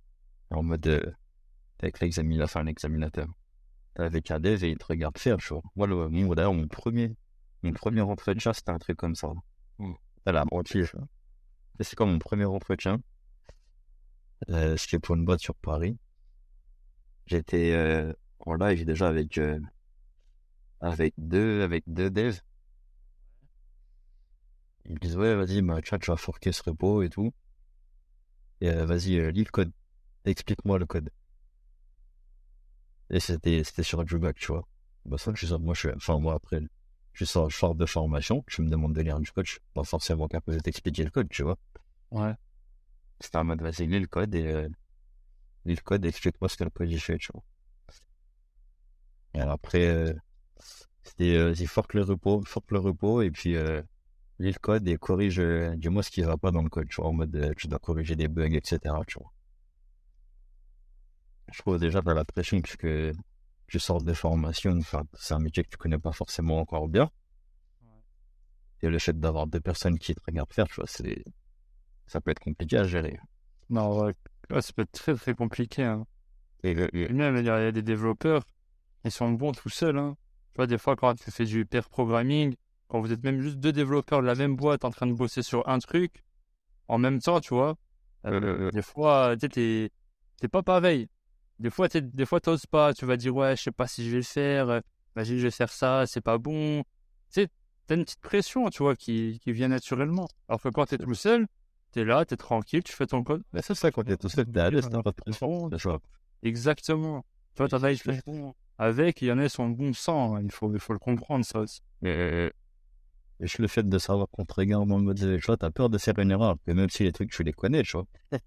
En mode, euh, t'es avec l'examinateur, enfin l'examinateur. T'es avec un dev et il te regarde faire, tu vois. Moi, le, mon, d'ailleurs, mon premier, mon premier entretien, c'était un truc comme ça. Mm. T'as la moitié, tu vois. Et c'est comme mon premier entretien. Euh, c'était pour une boîte sur Paris. J'étais euh, en live déjà avec, euh, avec deux, avec deux devs. Ils me disent, ouais, vas-y, bah, chat, tu vas forquer ce repo et tout. Et euh, vas-y, euh, lis le code. Explique-moi le code. Et c'était, c'était sur du bac, tu vois. Bah, ça, je suis, moi, je suis, enfin, moi, après, je sors, je sors de formation, tu me demandes de lire du code, je suis pas forcément capable de t'expliquer le code, tu vois. Ouais. C'était en mode, vas-y, lis le code et, euh, lis le code et explique-moi ce que le code il fait, tu vois. Et alors après, euh, c'était, euh, vas-y, forque le repo, forque le repo, et puis, euh, lis le code et corrige, euh, dis-moi ce qui va pas dans le code, tu vois, en mode, euh, tu dois corriger des bugs, et cetera, tu vois. Je trouve déjà dans la pression, puisque tu sors de formation, enfin, c'est un métier que tu connais pas forcément encore bien. Et le fait d'avoir deux personnes qui te regardent faire, tu vois, c'est, ça peut être compliqué à gérer. Non, ouais. Ouais, ça peut être très très compliqué. Hein. Et, le, Et et- même, il y a il y a des développeurs, ils sont bons tout seuls. Hein. Tu vois, des fois, quand tu fais du pair programming, quand vous êtes même juste deux développeurs de la même boîte en train de bosser sur un truc, en même temps, tu vois, le- le- euh, le- des fois, tu sais, t'es t'es pas pareil. Des fois, t'es- des fois, t'oses pas. Tu vas dire, ouais, je sais pas si je vais le faire. euh, Imagine, je vais faire ça, c'est pas bon. Tu sais, t'as une petite pression, tu vois, qui, qui vient naturellement. Alors que quand t'es tout seul, t'es là, t'es tranquille, tu fais ton code. Mais c'est ça, quand t'es tout seul, t'es à l'aise, t'as pas de pression, tu vois. Exactement. Tu vois, t'en as, ils font avec, il y en a, ils sont bon sang. hein. Il faut, il faut le comprendre, ça aussi. Et, et juste le fait de savoir qu'on te regarde en mode, tu vois, t'as peur de faire une erreur, que même si les trucs, tu les connais, tu vois.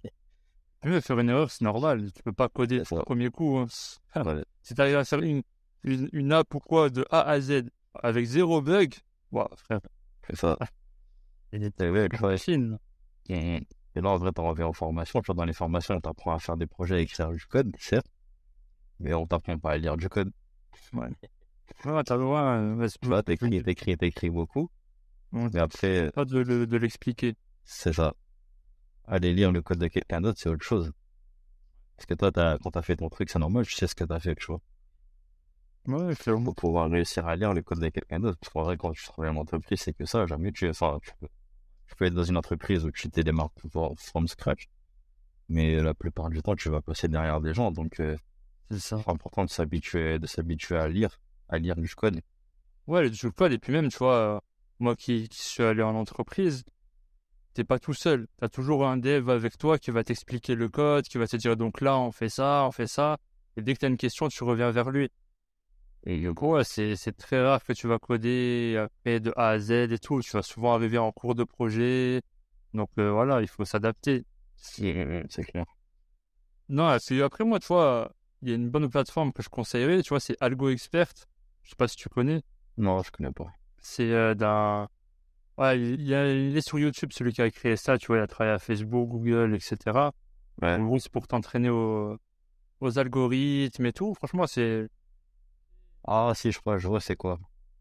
Tu veux faire une erreur, c'est normal. Tu peux pas coder C'est ça. au premier coup. hein. Ah, Ouais, Si t'arrives à faire une, une, une app ou quoi de A à Z avec zéro bug, ouah, frère, c'est ça. il est Et ouais, tu vois. fine. Et et là, en vrai, t'en reviens en formation, tu vois, dans les formations, on t'apprend à faire des projets, à écrire du code, certes, mais on t'apprend pas à lire du code. Ouais. Ouais, t'as le droit, euh, ouais, c'est Tu vois, t'écris, t'écris, t'écris beaucoup, bon, mais après, pas de, le- de l'expliquer. c'est ça. Aller lire le code de quelqu'un d'autre, c'est autre chose. Parce que toi, t'as, quand t'as fait ton truc, c'est normal, tu sais ce que t'as fait, tu vois. Ouais, clairement. Pour pouvoir réussir à lire le code de quelqu'un d'autre. Parce qu'en vrai, quand tu travailles en entreprise, c'est que ça, jamais tu, enfin, tu peux, tu peux être dans une entreprise où tu t'es démarres from from scratch. Mais la plupart du temps, tu vas passer derrière des gens, donc, euh, C'est ça. c'est important de s'habituer, de s'habituer à lire, à lire du code. Ouais, les jeux code, et puis même, tu vois, euh, moi qui, qui suis allé en entreprise, t'es pas tout seul. T'as toujours un dev avec toi qui va t'expliquer le code, qui va te dire donc là, on fait ça, on fait ça. Et dès que t'as une question, tu reviens vers lui. Et du coup, ouais, c'est, c'est très rare que tu vas coder après de A à Z et tout. Tu vas souvent arriver en cours de projet. Donc euh, voilà, il faut s'adapter. C'est c'est clair. Non, et puis après moi, tu vois, il y a une bonne plateforme que je conseillerais, tu vois, c'est Algo Expert. Je sais pas si tu connais. Non, je connais pas. C'est euh, d'un... Ouais, il, y a- il est sur YouTube, celui qui a créé ça, tu vois, il a travaillé à Facebook, Google, et cetera. Ouais. En gros, c'est pour t'entraîner aux, aux algorithmes et tout. Franchement, c'est... Ah, si, je crois, je vois c'est quoi.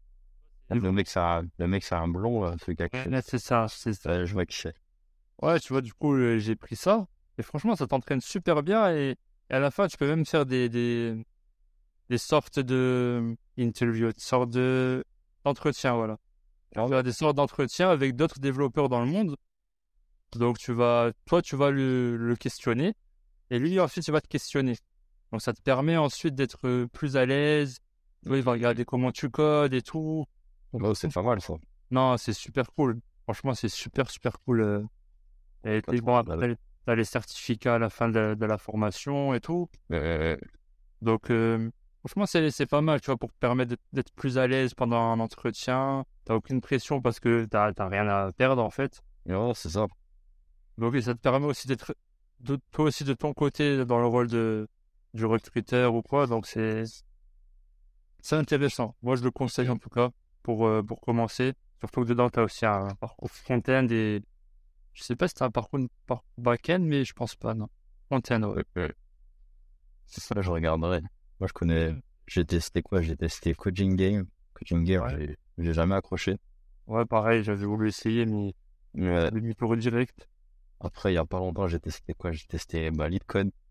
Le mec, c'est un, le mec, c'est un blond, euh, celui qui a créé. Ouais, c'est ça, c'est ça. Ouais, je vois qui c'est. Ouais, tu vois, du coup, euh, j'ai pris ça. Et franchement, ça t'entraîne super bien. Et, et à la fin, tu peux même faire des, des, des sortes de interviews, des sortes de, d'entretiens, voilà. Tu vas faire des sortes d'entretiens avec d'autres développeurs dans le monde. Donc, tu vas, toi, tu vas le, le questionner. Et lui, ensuite, il va te questionner. Donc, ça te permet ensuite d'être euh, plus à l'aise. Oui, il va regarder comment tu codes et tout. Oh, c'est pas mal, ça. Non, c'est super cool. Franchement, c'est super, super cool. euh. Et puis, bon, après, t'as les certificats à la fin de, de la formation et tout. Euh, Donc, euh, franchement, c'est, c'est pas mal, tu vois, pour te permettre d'être- d'être plus à l'aise pendant un entretien. T'as aucune pression parce que t'as, t'as rien à perdre, en fait. oh, c'est ça. Donc, et ça te permet aussi d'être, de, toi aussi, de ton côté, dans le rôle de, du recruteur ou quoi. Donc, c'est, c'est intéressant. Moi, je le conseille, en tout cas, pour, euh, pour commencer. Surtout que dedans, t'as aussi un parcours front-end et je sais pas si t'as un parcours, parcours back-end, mais je pense pas, non. Front-end, ouais. Euh, euh, c'est ça, je regarderai. Moi, je connais, j'ai testé quoi? J'ai testé Coding Game. Coding Game, Ouais. j'ai, j'ai jamais accroché. Ouais, pareil, j'avais voulu essayer, mais Mais demi-tour direct. après, il y a pas longtemps, j'ai testé quoi? J'ai testé, bah, LeetCode.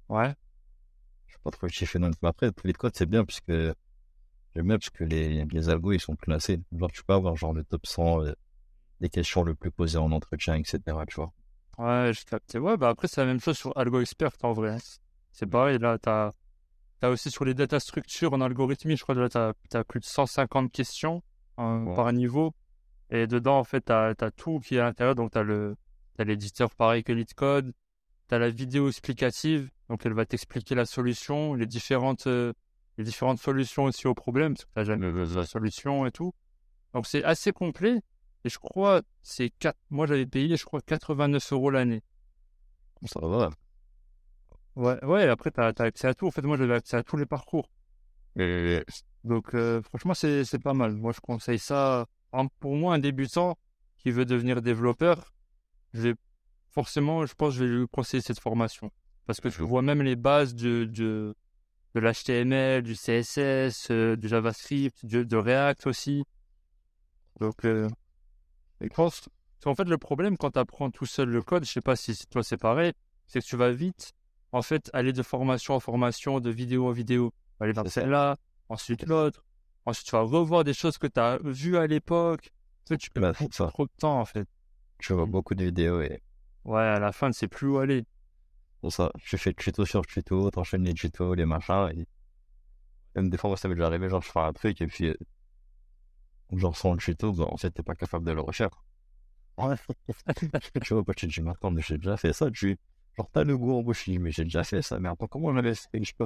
Ouais. Je sais pas trop kiffé non plus. Mais après, le code, c'est bien, parce que j'aime bien, parce que les, les algos, ils sont classés. Genre, tu peux avoir genre le top cent euh, des questions le plus posées en entretien, et cetera. Tu vois. Ouais, je capte. Ouais, bah après, c'est la même chose sur Algo Expert en vrai, hein. C'est pareil, là, t'as, t'as aussi sur les data structures en algorithmie, je crois que là, t'as, t'as plus de cent cinquante questions euh, Ouais. par niveau. Et dedans, en fait, t'as, t'as tout qui est à l'intérieur. Donc, t'as le, t'as l'éditeur pareil que LeetCode. T'as la vidéo explicative. Donc, elle va t'expliquer la solution, les différentes, euh, les différentes solutions aussi au problème, parce que t'as jamais la solution et tout. Donc, c'est assez complet. Et je crois, c'est quatre, moi, j'avais payé, je crois, quatre-vingt-neuf euros l'année. Ça va. Ouais, ouais, et après, t'as, t'as accès à tout. En fait, moi, j'avais accès à tous les parcours. Et Donc, euh, franchement, c'est, c'est pas mal. Moi, je conseille ça. Par exemple, pour moi, un débutant qui veut devenir développeur, je vais forcément, je pense que je vais lui conseiller cette formation. Parce que tu vois même les bases de, de, de l'H T M L, du C S S, euh, du JavaScript, de, de React aussi. Donc, euh, je pense en fait, le problème quand tu apprends tout seul le code, je sais pas si toi c'est pareil, c'est que tu vas vite, en fait, aller de formation en formation, de vidéo en vidéo. Tu vas aller dans c'est ça. celle-là, ensuite l'autre. Ensuite, tu vas revoir des choses que tu as vues à l'époque. Tu sais, tu perds Bah, trop, c'est ça. trop de temps, en fait. Tu vois beaucoup de vidéos et Ouais, à la fin, tu sais plus où aller. pour ça, je fais tuto sur tuto, t'enchaînes les tutos, les machins. Et même des fois, moi, ça m'est déjà arrivé, genre, je fais un truc et puis, euh, genre, sans le tuto, bah, en fait, t'es pas capable de le refaire. Ouais. Tu vois, bah, tu te dis, mais attends, mais j'ai déjà fait ça, tu, genre, t'as le goût en bouche, je dis, mais j'ai déjà fait ça, mais attends, comment j'avais fait, je sais pas.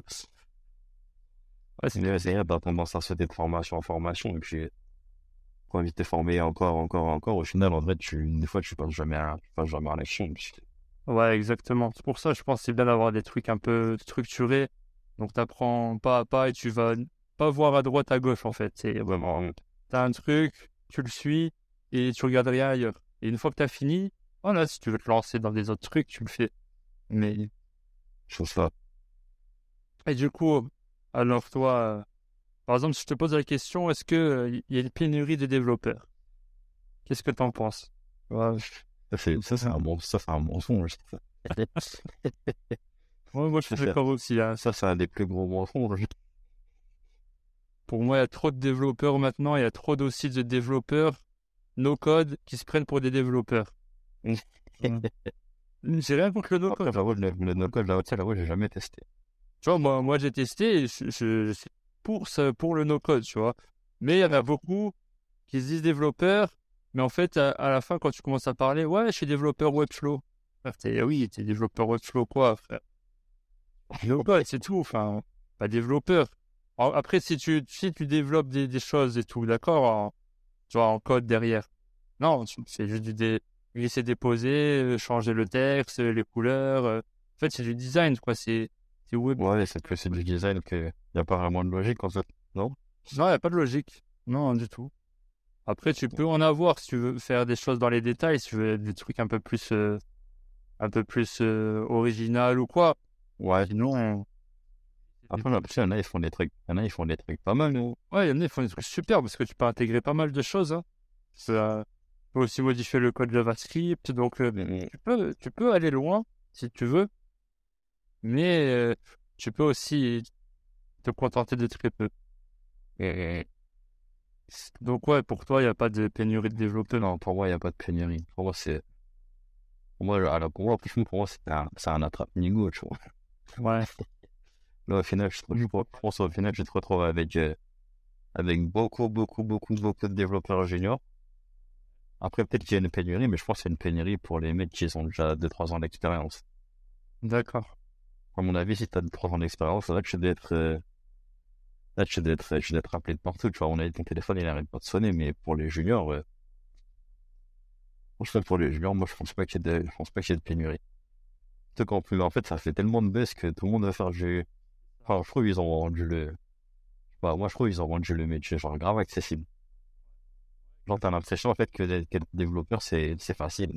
Ouais, c'est une c'est t'as tendance à sauter de formation en formation, et puis, quand envie de te former encore, encore, encore, au final, en vrai, tu, des fois, tu passes jamais à, tu passes jamais à l'action. Puis, Ouais, exactement. C'est pour ça, je pense que c'est bien d'avoir des trucs un peu structurés. Donc, tu apprends pas à pas et tu vas pas voir à droite, à gauche, en fait. C'est vraiment, t'as un truc, tu le suis et tu regardes rien ailleurs. Et une fois que t'as fini, voilà, si tu veux te lancer dans des autres trucs, tu le fais. Mais, je trouve ça. et du coup, alors toi, euh, par exemple, si je te pose la question, est-ce que euh, il y a une pénurie de développeurs? Qu'est-ce que t'en penses? Ouais, Ça, c'est, ça, c'est un bon, ça, c'est un mensonge. Ça, ouais, moi, je suis ça, d'accord aussi, hein. ça, c'est un des plus gros mensonges. Pour moi, il y a trop de développeurs maintenant, il y a trop aussi de développeurs no code qui se prennent pour des développeurs. Ouais. J'ai rien contre le no Après, code. j'avoue, le, le no-code, là, tu sais, j'avoue, j'ai jamais testé. Tu vois, moi, moi j'ai testé et je, je, je suis pour, ça- pour le no-code, tu vois. Mais il y en a beaucoup qui se disent développeurs, mais en fait, à, à la fin, quand tu commences à parler, ouais, je suis développeur Webflow. Frère, t'es, oui, t'es développeur Webflow, quoi, frère. No-code, c'est tout, enfin, pas développeur. En- Après, si tu, si tu développes des, des choses et tout, d'accord, en- tu vois, en code derrière. Non, tu- c'est juste du dé, glisser, déposer, euh, changer le texte, euh, les couleurs. euh. En fait, c'est du design, quoi, c'est, c'est web. Ouais, c'est que c'est du design, qu'il n'y a pas vraiment de logique, en fait. Non? Non, il n'y a pas de logique. Non, du tout. Après, tu peux en avoir si tu veux faire des choses dans les détails, si tu veux des trucs un peu plus, euh, un peu plus euh, original ou quoi. Ouais. Sinon, Après, là, tu sais, il y en a, ils font des trucs, il y en a, ils font des trucs pas mal, non? ouais, il y en a, ils font des trucs super parce que tu peux intégrer pas mal de choses, hein. Ça, tu peux aussi modifier le code JavaScript, donc euh, Mais, tu peux, tu peux aller loin si tu veux, mais euh, tu peux aussi te contenter de très peu. mais, Donc ouais, pour toi, il n'y a pas de pénurie de développeurs. non, pour moi, il n'y a pas de pénurie. Pour moi, c'est, pour moi, alors, pour moi, franchement, pour moi, c'est un, c'est un attrape-nigo, tu vois. Ouais. Là, au final, je, trouve- je pense, au final, je te retrouve avec, euh, avec beaucoup, beaucoup, beaucoup, beaucoup de développeurs juniors. Après, peut-être qu'il y a une pénurie, mais je pense que c'est une pénurie pour les mecs qui ont déjà deux trois ans d'expérience. D'accord. À mon avis, si tu as deux trois ans d'expérience, là, tu dois être, euh, là, tu dois être, tu dois être appelé de partout. Tu vois, on a ton téléphone, il n'arrête pas de sonner, mais pour les juniors, euh, franchement, pour les juniors, moi, je pense pas qu'il y ait de, je pense pas qu'il y ait de pénurie. Surtout qu'en plus, en fait, ça fait tellement de buzz que tout le monde va faire du, enfin, je trouve ils ont rendu le, bah, moi, je trouve ils ont rendu le métier, genre, grave accessible. Genre, t'as l'impression, en fait, que d'être qu'être développeur, c'est, c'est facile.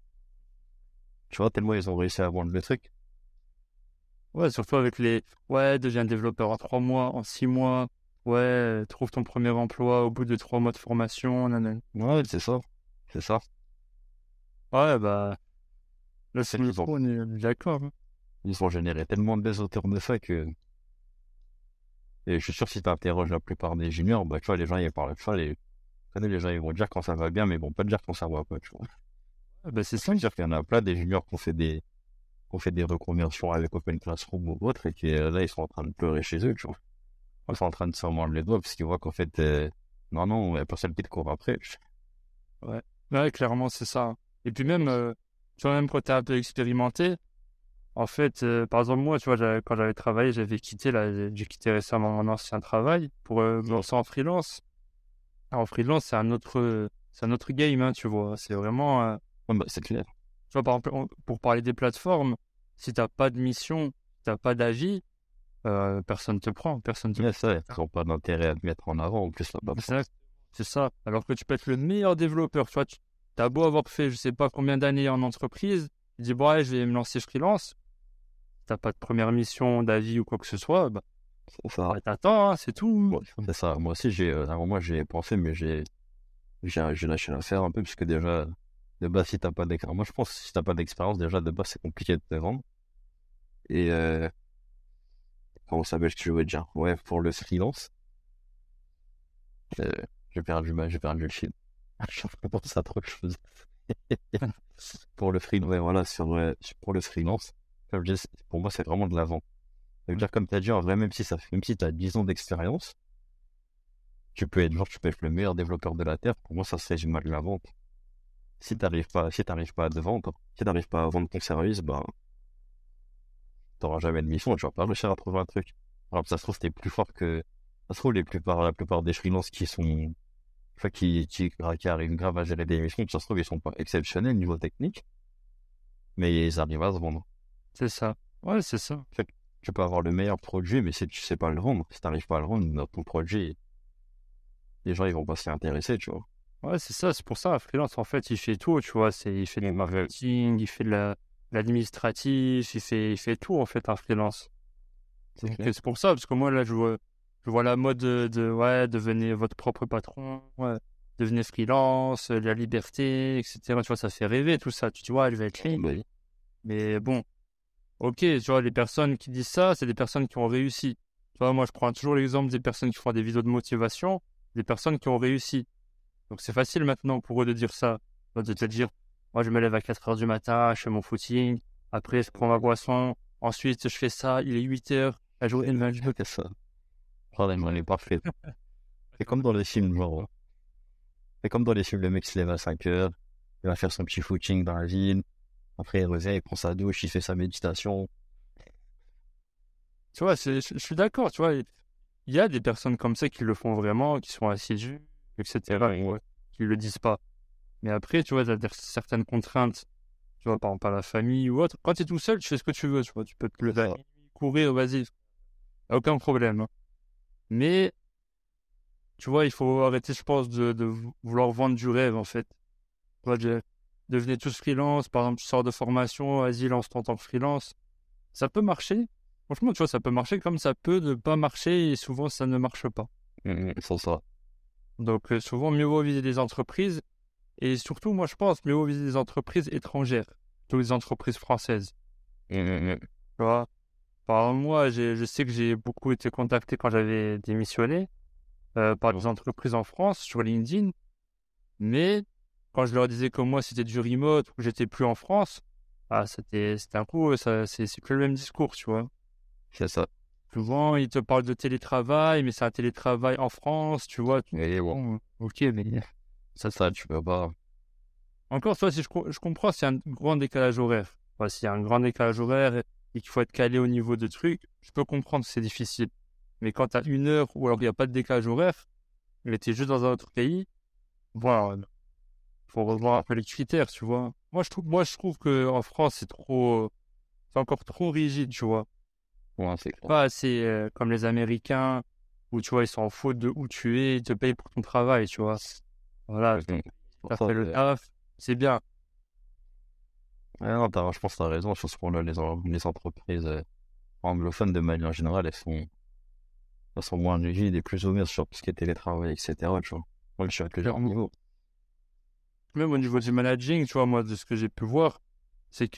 Tu vois, tellement ils ont réussi à vendre le truc. Ouais, surtout avec les ouais, deviens développeur en trois mois, en six mois. Ouais, trouve ton premier emploi au bout de trois mois de formation. Nanana. Ouais, c'est ça. C'est ça. Ouais, bah là, C'est c'est le qu'ils ont, coup, on est d'accord, hein. ils ont généré tellement de buzz autour de ça que. Et je suis sûr que si tu interroges la plupart des juniors, bah, tu vois, les gens, ils parlent de ça, les... tu connais, les gens, ils vont dire quand ça va bien, mais ils vont pas te dire quand ça va pas, tu vois. Ah, bah, c'est Je ça. veux dire qu'il y en a plein des juniors qui ont fait des, qui ont fait des reconversions avec Open Classroom ou autre, et qui, euh, là, ils sont en train de pleurer chez eux, tu vois. Ils sont en train de se mordre les doigts, parce qu'ils voient qu'en fait, euh, non, non, il n'y a personne qui te court après. Ouais. Ouais, clairement, c'est ça. Et puis même, euh, tu vois, même quand t'es un peu expérimenté, en fait, euh, par exemple, moi, tu vois, j'avais- quand j'avais travaillé, j'avais quitté, là, j'ai j'ai quitté récemment mon ancien travail pour euh, me lancer en freelance. Alors, en freelance, c'est un autre, c'est un autre game, hein, tu vois. C'est vraiment, euh, Ouais, bah, c'est clair. tu vois, par exemple, on- pour parler des plateformes, si t'as pas de mission, si t'as pas d'avis, euh, personne te prend, personne te Mais ça, ils n'ont pas d'intérêt à te mettre en avant, en plus, là-bas. Exact. C'est ça. Alors que tu peux être le meilleur développeur, tu vois, tu as beau avoir fait je sais pas combien d'années en entreprise, tu dis, bon, ouais, je vais me lancer freelance, t'as pas de première mission, d'avis ou quoi que ce soit, bah, C'est ça. ouais, t'attends, hein, c'est tout. Ouais, c'est ça. Moi aussi, j'ai, euh, à un moment, j'ai pensé, mais j'ai, j'ai, j'ai lâché l'affaire un peu, parce que déjà, de base, si t'as pas d'expérience, moi, je pense que si t'as pas d'expérience, déjà, de base, c'est compliqué de te vendre. Et, euh, comment ça s'appelle, ce que je veux dire? Ouais, pour le freelance, euh, j'ai perdu ma, j'ai perdu le fil. Je pense à trop de choses. Pour le freelance, ouais, voilà, sur, euh, pour le freelance, comme je dis, c'est- pour moi, c'est vraiment de la vente. Ça veut dire, comme t'as dit, en vrai, même si ça fait, même si t'as dix ans d'expérience, tu peux être, genre, tu peux être le meilleur développeur de la Terre. Pour moi, ça se résume à de la vente. Si t'arrives pas, si t'arrives pas à te vendre, si t'arrives pas à vendre ton service, bah, t'auras jamais de mission et tu vas pas réussir à trouver un truc. Alors, ça se trouve, t'es plus fort que, ça se trouve, les plupart, la plupart des freelances qui sont, enfin, qui, qui, qui arrivent grave à gérer des missions, ça se trouve, ils sont pas exceptionnels niveau technique, mais ils arrivent à se vendre. C'est ça. Ouais, c'est ça. Fait que tu peux avoir le meilleur produit, mais si tu sais pas le vendre, si t'arrives pas à le vendre, dans ton produit, les gens, ils vont pas s'y intéresser, tu vois. Ouais, c'est ça. C'est pour ça, un freelance, en fait, il fait tout, tu vois. C'est, il fait du marketing, il fait de la, de l'administratif, il fait, il fait tout, en fait, un freelance. C'est Donc, clair. euh, c'est pour ça, parce que moi, là, je vois, je vois la mode de, de, ouais, devenez votre propre patron, ouais, devenez freelance, euh, la liberté, et cetera. Tu vois, ça fait rêver tout ça. Tu dis, ouais, je vais être libre. Bah oui. Mais bon, ok, tu vois, les personnes qui disent ça, c'est des personnes qui ont réussi. Tu vois, moi, je prends toujours l'exemple des personnes qui font des vidéos de motivation, des personnes qui ont réussi. Donc, c'est facile maintenant pour eux de dire ça, de te dire, moi, je me lève à quatre heures du matin, je fais mon footing, après, je prends ma boisson, ensuite, je fais ça, il est huit heures, la journée, elle va C'est ça. Vraiment, elle est parfaite. C'est comme dans les films, genre. C'est comme dans les films, le mec se lève à cinq heures, il va faire son petit footing dans la ville, après il revient, il prend sa douche, il fait sa méditation. Tu vois, c'est- je je suis d'accord, tu vois. Il y a des personnes comme ça qui le font vraiment, qui sont assidues, et cetera, et ouais, qui le disent pas. Mais après, tu vois, tu as certaines contraintes, tu vois, par exemple, à la famille ou autre. Quand tu es tout seul, tu fais ce que tu veux, tu vois. Tu peux te lever à Ça. minuit, courir, vas-y, y a aucun problème, hein. Mais, tu vois, il faut arrêter, je pense, de, de vou- vouloir vendre du rêve, en fait. Tu vois, de, devenez tous freelance, par exemple, tu sors de formation, vas-y, lance-toi en tant que freelance. Ça peut marcher. Franchement, tu vois, ça peut marcher comme ça peut ne pas marcher et souvent ça ne marche pas. Mhm, c'est ça. Donc, euh, souvent, mieux vaut viser des entreprises. Et surtout, moi, je pense, mieux vaut viser des entreprises étrangères plutôt que des entreprises françaises. Mhm, Tu vois? Par exemple, moi, j'ai- je sais que j'ai beaucoup été contacté quand j'avais démissionné euh, par des entreprises en France sur LinkedIn. Mais quand je leur disais que moi, c'était du remote ou que j'étais plus en France, ah, c'était, c'était un coup, ça, c'est, c'est plus le même discours, tu vois. c'est ça. Souvent, ils te parlent de télétravail, mais c'est un télétravail en France, tu vois. Et bon, Bon, ok, mais c'est ça, tu peux pas. encore, toi, si je, co- je comprends, c'est un grand décalage horaire. Enfin, s'il y a un grand décalage horaire et et qu'il faut être calé au niveau de trucs, je peux comprendre que c'est difficile. Mais quand tu as une heure ou alors il n'y a pas de décalage horaire, mais tu es juste dans un autre pays, voilà, il faut revoir un peu les critères, tu vois. Moi, je trouve, moi, je trouve qu'en France, c'est trop, c'est encore trop rigide, tu vois. Ouais, c'est clair. Pas assez euh, comme les Américains, où tu vois, ils s'en foutent de où tu es, ils te payent pour ton travail, tu vois. Voilà, Mhm. Pour t'as ça, fait le c'est- taf, c'est bien. ouais, non, t'as- je pense que t'as raison. Je pense que là, les, en- les entreprises euh, anglophones, de manière générale, elles sont, elles sont moins rigides et plus ouvertes sur tout ce qui est télétravail, et cetera. Tu vois. Moi, je suis à plusieurs Clairement. niveaux. Même au niveau du managing, tu vois, moi, de ce que j'ai pu voir, c'est que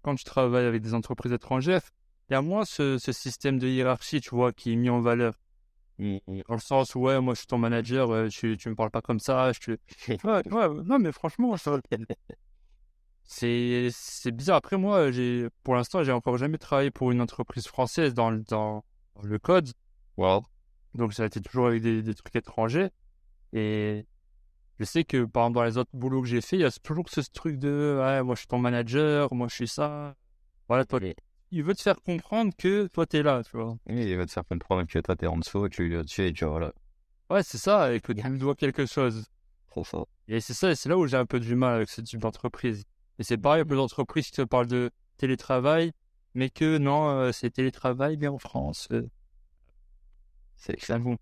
quand tu travailles avec des entreprises étrangères, il y a moins ce, ce système de hiérarchie, tu vois, qui est mis en valeur. Mm, mm. Dans le sens où, ouais, moi, je suis ton manager, euh, tu, tu me parles pas comme ça, je te... Ouais, ouais, non, mais franchement, ça- c'est, c'est bizarre. Après, moi, j'ai, pour l'instant, j'ai encore jamais travaillé pour une entreprise française dans, le- dans, dans le code. Wow. Donc, ça a été toujours avec des, des trucs étrangers. Et je sais que, par exemple, dans les autres boulots que j'ai fait, il y a toujours ce truc de, ouais, moi, je suis ton manager, moi, je suis ça. Voilà, toi, Et, il veut te faire comprendre que toi, t'es là, tu vois. et il va te faire comprendre que toi, t'es en dessous et que lui, est au-dessus, et tu vois, voilà. Ouais, c'est ça, et que tu lui dois quelque chose. C'est ça. Et c'est ça, et c'est là où j'ai un peu du mal avec ce type d'entreprise. Et c'est pareil, il y a peu d'entreprises qui te parlent de télétravail, mais que non, euh, c'est télétravail, mais en France. euh, C'est c'est bon.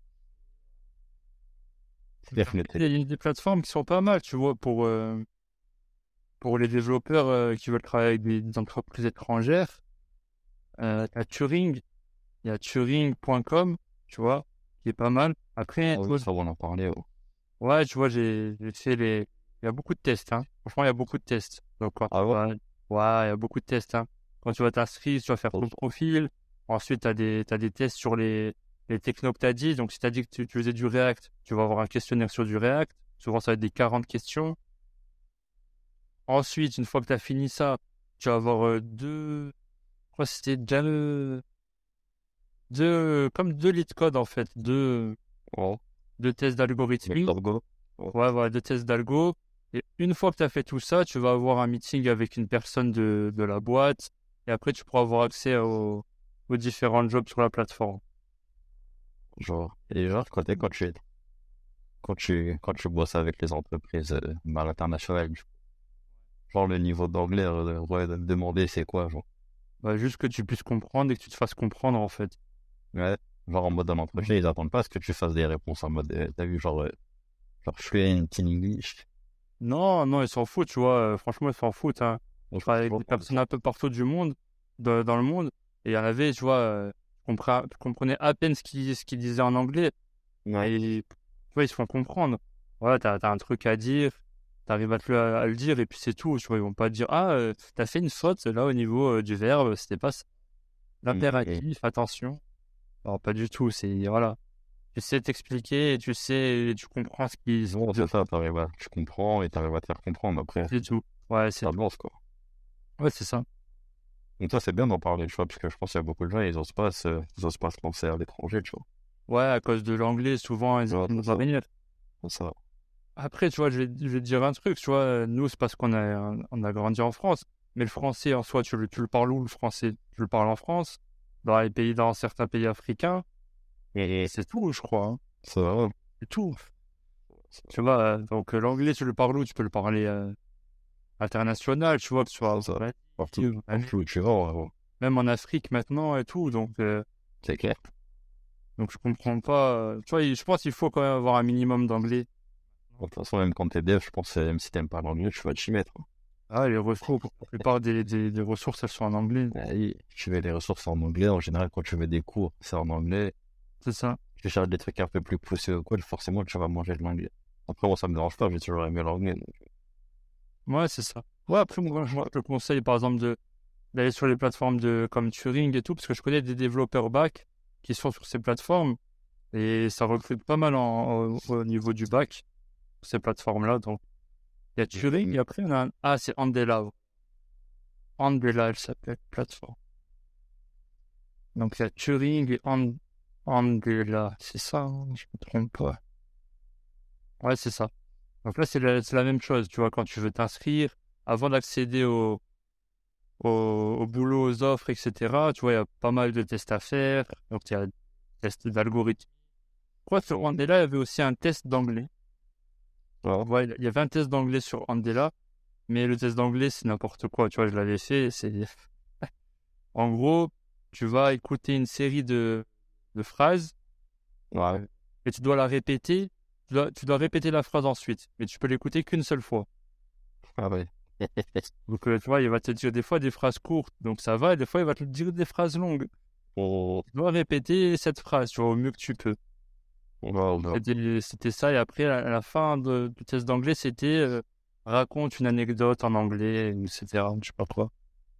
clair que le Il y a des plateformes qui sont pas mal, tu vois, pour, euh, pour les développeurs euh, qui veulent travailler avec des, des entreprises étrangères. Euh, t'as Turing, il y a turing point com, tu vois, qui est pas mal. Après, Ah tu oui, vois, ça, on en parlait. Oh. ouais, tu vois, j'ai j'ai fait les... Il y a beaucoup de tests, hein. Franchement, il y a beaucoup de tests. Donc, quand Ah tu ouais? vas- ouais, il y a beaucoup de tests, hein. Quand tu vas t'inscrire, tu vas faire ton profil. Ensuite, tu as des, t'as des tests sur les, les technos que tu as dit. Donc, si tu as dit que tu, tu faisais du React, tu vas avoir un questionnaire sur du React. Souvent, ça va être des quarante questions. Ensuite, une fois que tu as fini ça, tu vas avoir euh, deux... Je crois que c'était déjà le... Deux... Comme deux lead code, en fait. Deux, Oh. deux tests Avec d'algorithmie. Torgo. Oh. Ouais, voilà, deux tests d'algo. Et une fois que tu as fait tout ça, tu vas avoir un meeting avec une personne de, de la boîte. Et après, tu pourras avoir accès aux, aux différents jobs sur la plateforme. Genre, et genre, quand, t'es- quand tu, quand tu, quand tu bosses avec les entreprises euh, à l'international, genre le niveau d'anglais, euh, ouais, de me demander c'est quoi, genre. Bah, juste que tu puisses comprendre et que tu te fasses comprendre, en fait. Ouais. Genre en mode d'un entretien, ils attendent pas à ce que tu fasses des réponses en mode, euh, t'as vu, genre, euh, genre fluent in English. Non, non, ils s'en foutent, tu vois. euh, franchement, ils s'en foutent, hein. Je Donc, travaille avec franchement, des personnes un peu partout du monde, de- dans le monde. Et il y en avait, tu vois, euh, je comprenais, je comprenais à peine ce qu'ils ce qu'ils disaient en anglais. ouais. Et tu vois, ils se font comprendre. Voilà, t'as, t'as un truc à dire, t'arrives à, te le, à le dire et puis c'est tout. Tu vois, ils vont pas te dire, ah, euh, t'as fait une faute là au niveau euh, du verbe, c'était pas ça. Mm, et- L'impératif, attention. Alors, pas du tout, c'est, voilà. Tu sais t'expliquer et tu sais, et tu comprends ce qu'ils ont. Non, c'est ça, t'arrives à, tu comprends et t'arrives à te faire comprendre après. C'est tout. Ouais, c'est Ça tout. avance, quoi. Ouais, c'est ça. Donc, ça, c'est bien d'en parler, tu vois, parce que je pense qu'il y a beaucoup de gens, ils osent pas se, ils osent pas se lancer à l'étranger, tu vois. Ouais, à cause de l'anglais, souvent, ils Ouais, nous c'est ça. venir. C'est ça. Après, tu vois, je vais, je vais te dire un truc, tu vois, euh, nous, c'est parce qu'on a, on a grandi en France. Mais le français, en soi, tu le, tu le parles où, le français? Tu le parles en France, dans les pays, dans certains pays africains, et c'est tout, je crois, hein. Ça va. C'est tout. Tu vois, euh, donc euh, l'anglais, tu le parles où? Tu peux le parler euh, international, tu vois, que ce soit C'est ça. ouais, Partout, même partout où tu vas, ouais. même en Afrique maintenant et tout. Donc, euh, C'est clair. donc je comprends pas. euh, tu vois, il- je pense qu'il faut quand même avoir un minimum d'anglais. De toute façon, même quand t'es dev, je pense que même si t'aimes pas l'anglais, tu vas t'y mettre. Hein. Ah, les ressources, la plupart des, des, des ressources, elles sont en anglais. Ouais, tu veux les ressources en anglais, en général, quand tu veux des cours, c'est en anglais. C'est ça. Tu cherches des trucs un peu plus poussés ou quoi, forcément, tu vas manger de l'anglais. Après, moi, ça me dérange pas, j'ai toujours aimé l'anglais. donc. Ouais, c'est ça. Ouais, après, moi, je te conseille, par exemple, de, d'aller sur les plateformes de, comme Turing et tout, parce que je connais des développeurs back qui sont sur ces plateformes et ça recrute pas mal en, au, au niveau du back, ces plateformes-là. Donc, il y a Turing et après, on a un... Ah, c'est Andela. Andela, elle s'appelle, plateforme. Donc, il y a Turing et And... Andela. C'est ça, hein, je me trompe pas. Ouais, c'est ça. Donc là, c'est la, c'est la même chose, tu vois, quand tu veux t'inscrire, avant d'accéder au, au, au boulot, aux offres, et cetera, tu vois, il y a pas mal de tests à faire. Donc, il y a des tests d'algorithme. Je crois que sur Andela, il y avait aussi un test d'anglais. Ouais. Ouais, il y avait un test d'anglais sur Andela, mais le test d'anglais, c'est n'importe quoi. Tu vois, je l'avais fait. C'est En gros, tu vas écouter une série de, de phrases Ouais. et tu dois la répéter. Tu dois, tu dois répéter la phrase ensuite, mais tu peux l'écouter qu'une seule fois. Ah ouais. Donc, euh, tu vois, il va te dire des fois des phrases courtes, donc ça va, et des fois, il va te dire des phrases longues. On Tu dois répéter cette phrase, tu vois, au mieux que tu peux. on va, on va. C'était c'était ça, et après, à la fin de- du test d'anglais, c'était euh, raconte une anecdote en anglais, et cetera. Je sais pas quoi.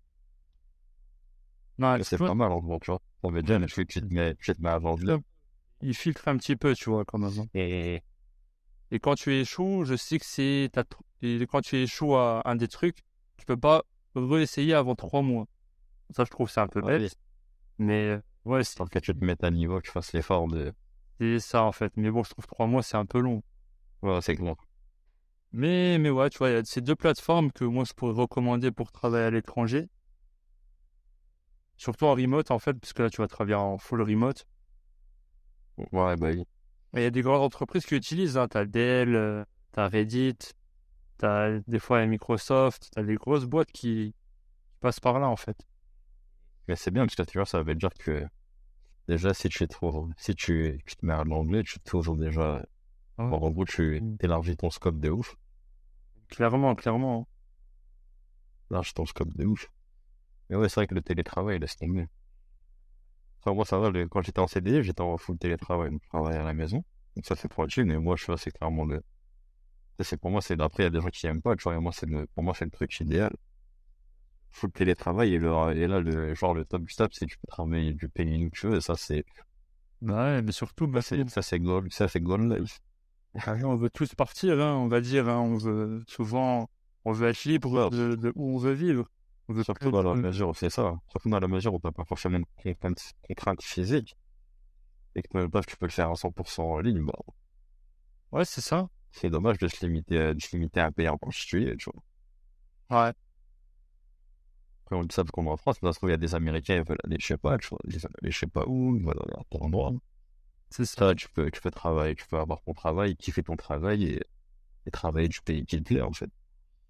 Non, Et c'est tu vois, pas mal, en gros, tu vois. On veut dire, le truc, tu te mets, tu te mets à vendre. il filtre un petit peu, tu vois, quand même. Et Et quand tu échoues, je sais que c'est, t'as tr- et quand tu échoues à un des trucs, tu peux pas réessayer avant trois mois. Ça, je trouve, c'est un peu ah oui, bête. Mais, euh, ouais, c'est tant que tu te mets à niveau, que tu fasses l'effort de. c'est ça, en fait. Mais bon, je trouve trois mois, c'est un peu long. Ouais, c'est clair. Mais, mais ouais, tu vois, il y a ces deux plateformes que moi, je pourrais recommander pour travailler à l'étranger. Surtout en remote, en fait, parce que là, tu vas travailler en full remote. Ouais, bah oui. Et il y a des grandes entreprises qui utilisent, hein. T'as Dell, euh, t'as Reddit, t'as des fois Microsoft, t'as des grosses boîtes qui, qui passent par là, en fait. Mais c'est bien, parce que tu vois, ça veut dire que déjà, si tu es trop, si tu, tu te mets à l'anglais, tu te toujours déjà, Ouais. bon, en gros, tu Mm. élargis ton scope de ouf. Clairement, clairement. Élargis ton scope de ouf. Mais ouais, c'est vrai que le télétravail, laisse tomber. Enfin, moi, ça va, le- quand j'étais en C D I, j'étais en full télétravail, donc je travaillais à la maison. Donc ça, c'est tranquille, mais moi, je vois, c'est clairement le, ça, c'est pour moi, c'est, après, il y a des gens qui aiment pas, tu vois, et moi, c'est le, pour moi, c'est le truc idéal. Full télétravail, et, le, et là, le, genre, le top du top, c'est que tu peux travailler du pays où tu veux, et ça, c'est, Bah ouais, mais surtout, ça, bah, c'est, ça, c'est goal, ça, c'est goal life. ah oui, on veut tous partir, hein, on va dire, hein, on veut souvent, on veut être libre Ouais, de, de où on veut vivre. On veut plus surtout dans être, la euh, mesure où c'est ça. Surtout dans la mesure où t'as pas forcément de contraintes, contraintes physiques, et que bref, tu peux le faire à cent pour cent en ligne, bah, ouais, c'est ça. c'est dommage de se limiter, à- de se limiter à un pays en particulier, tu vois. Ouais, Après, on dit ça parce qu'on est en France, mais ça se trouve, il y a des Américains, ils veulent aller, je sais pas, tu vois, ils veulent aller, je sais pas où, ils veulent aller à tel endroit. c'est ça. Ça, tu peux, tu peux travailler, tu peux avoir ton travail, kiffer ton travail et, et travailler du pays qui te plaît, en fait.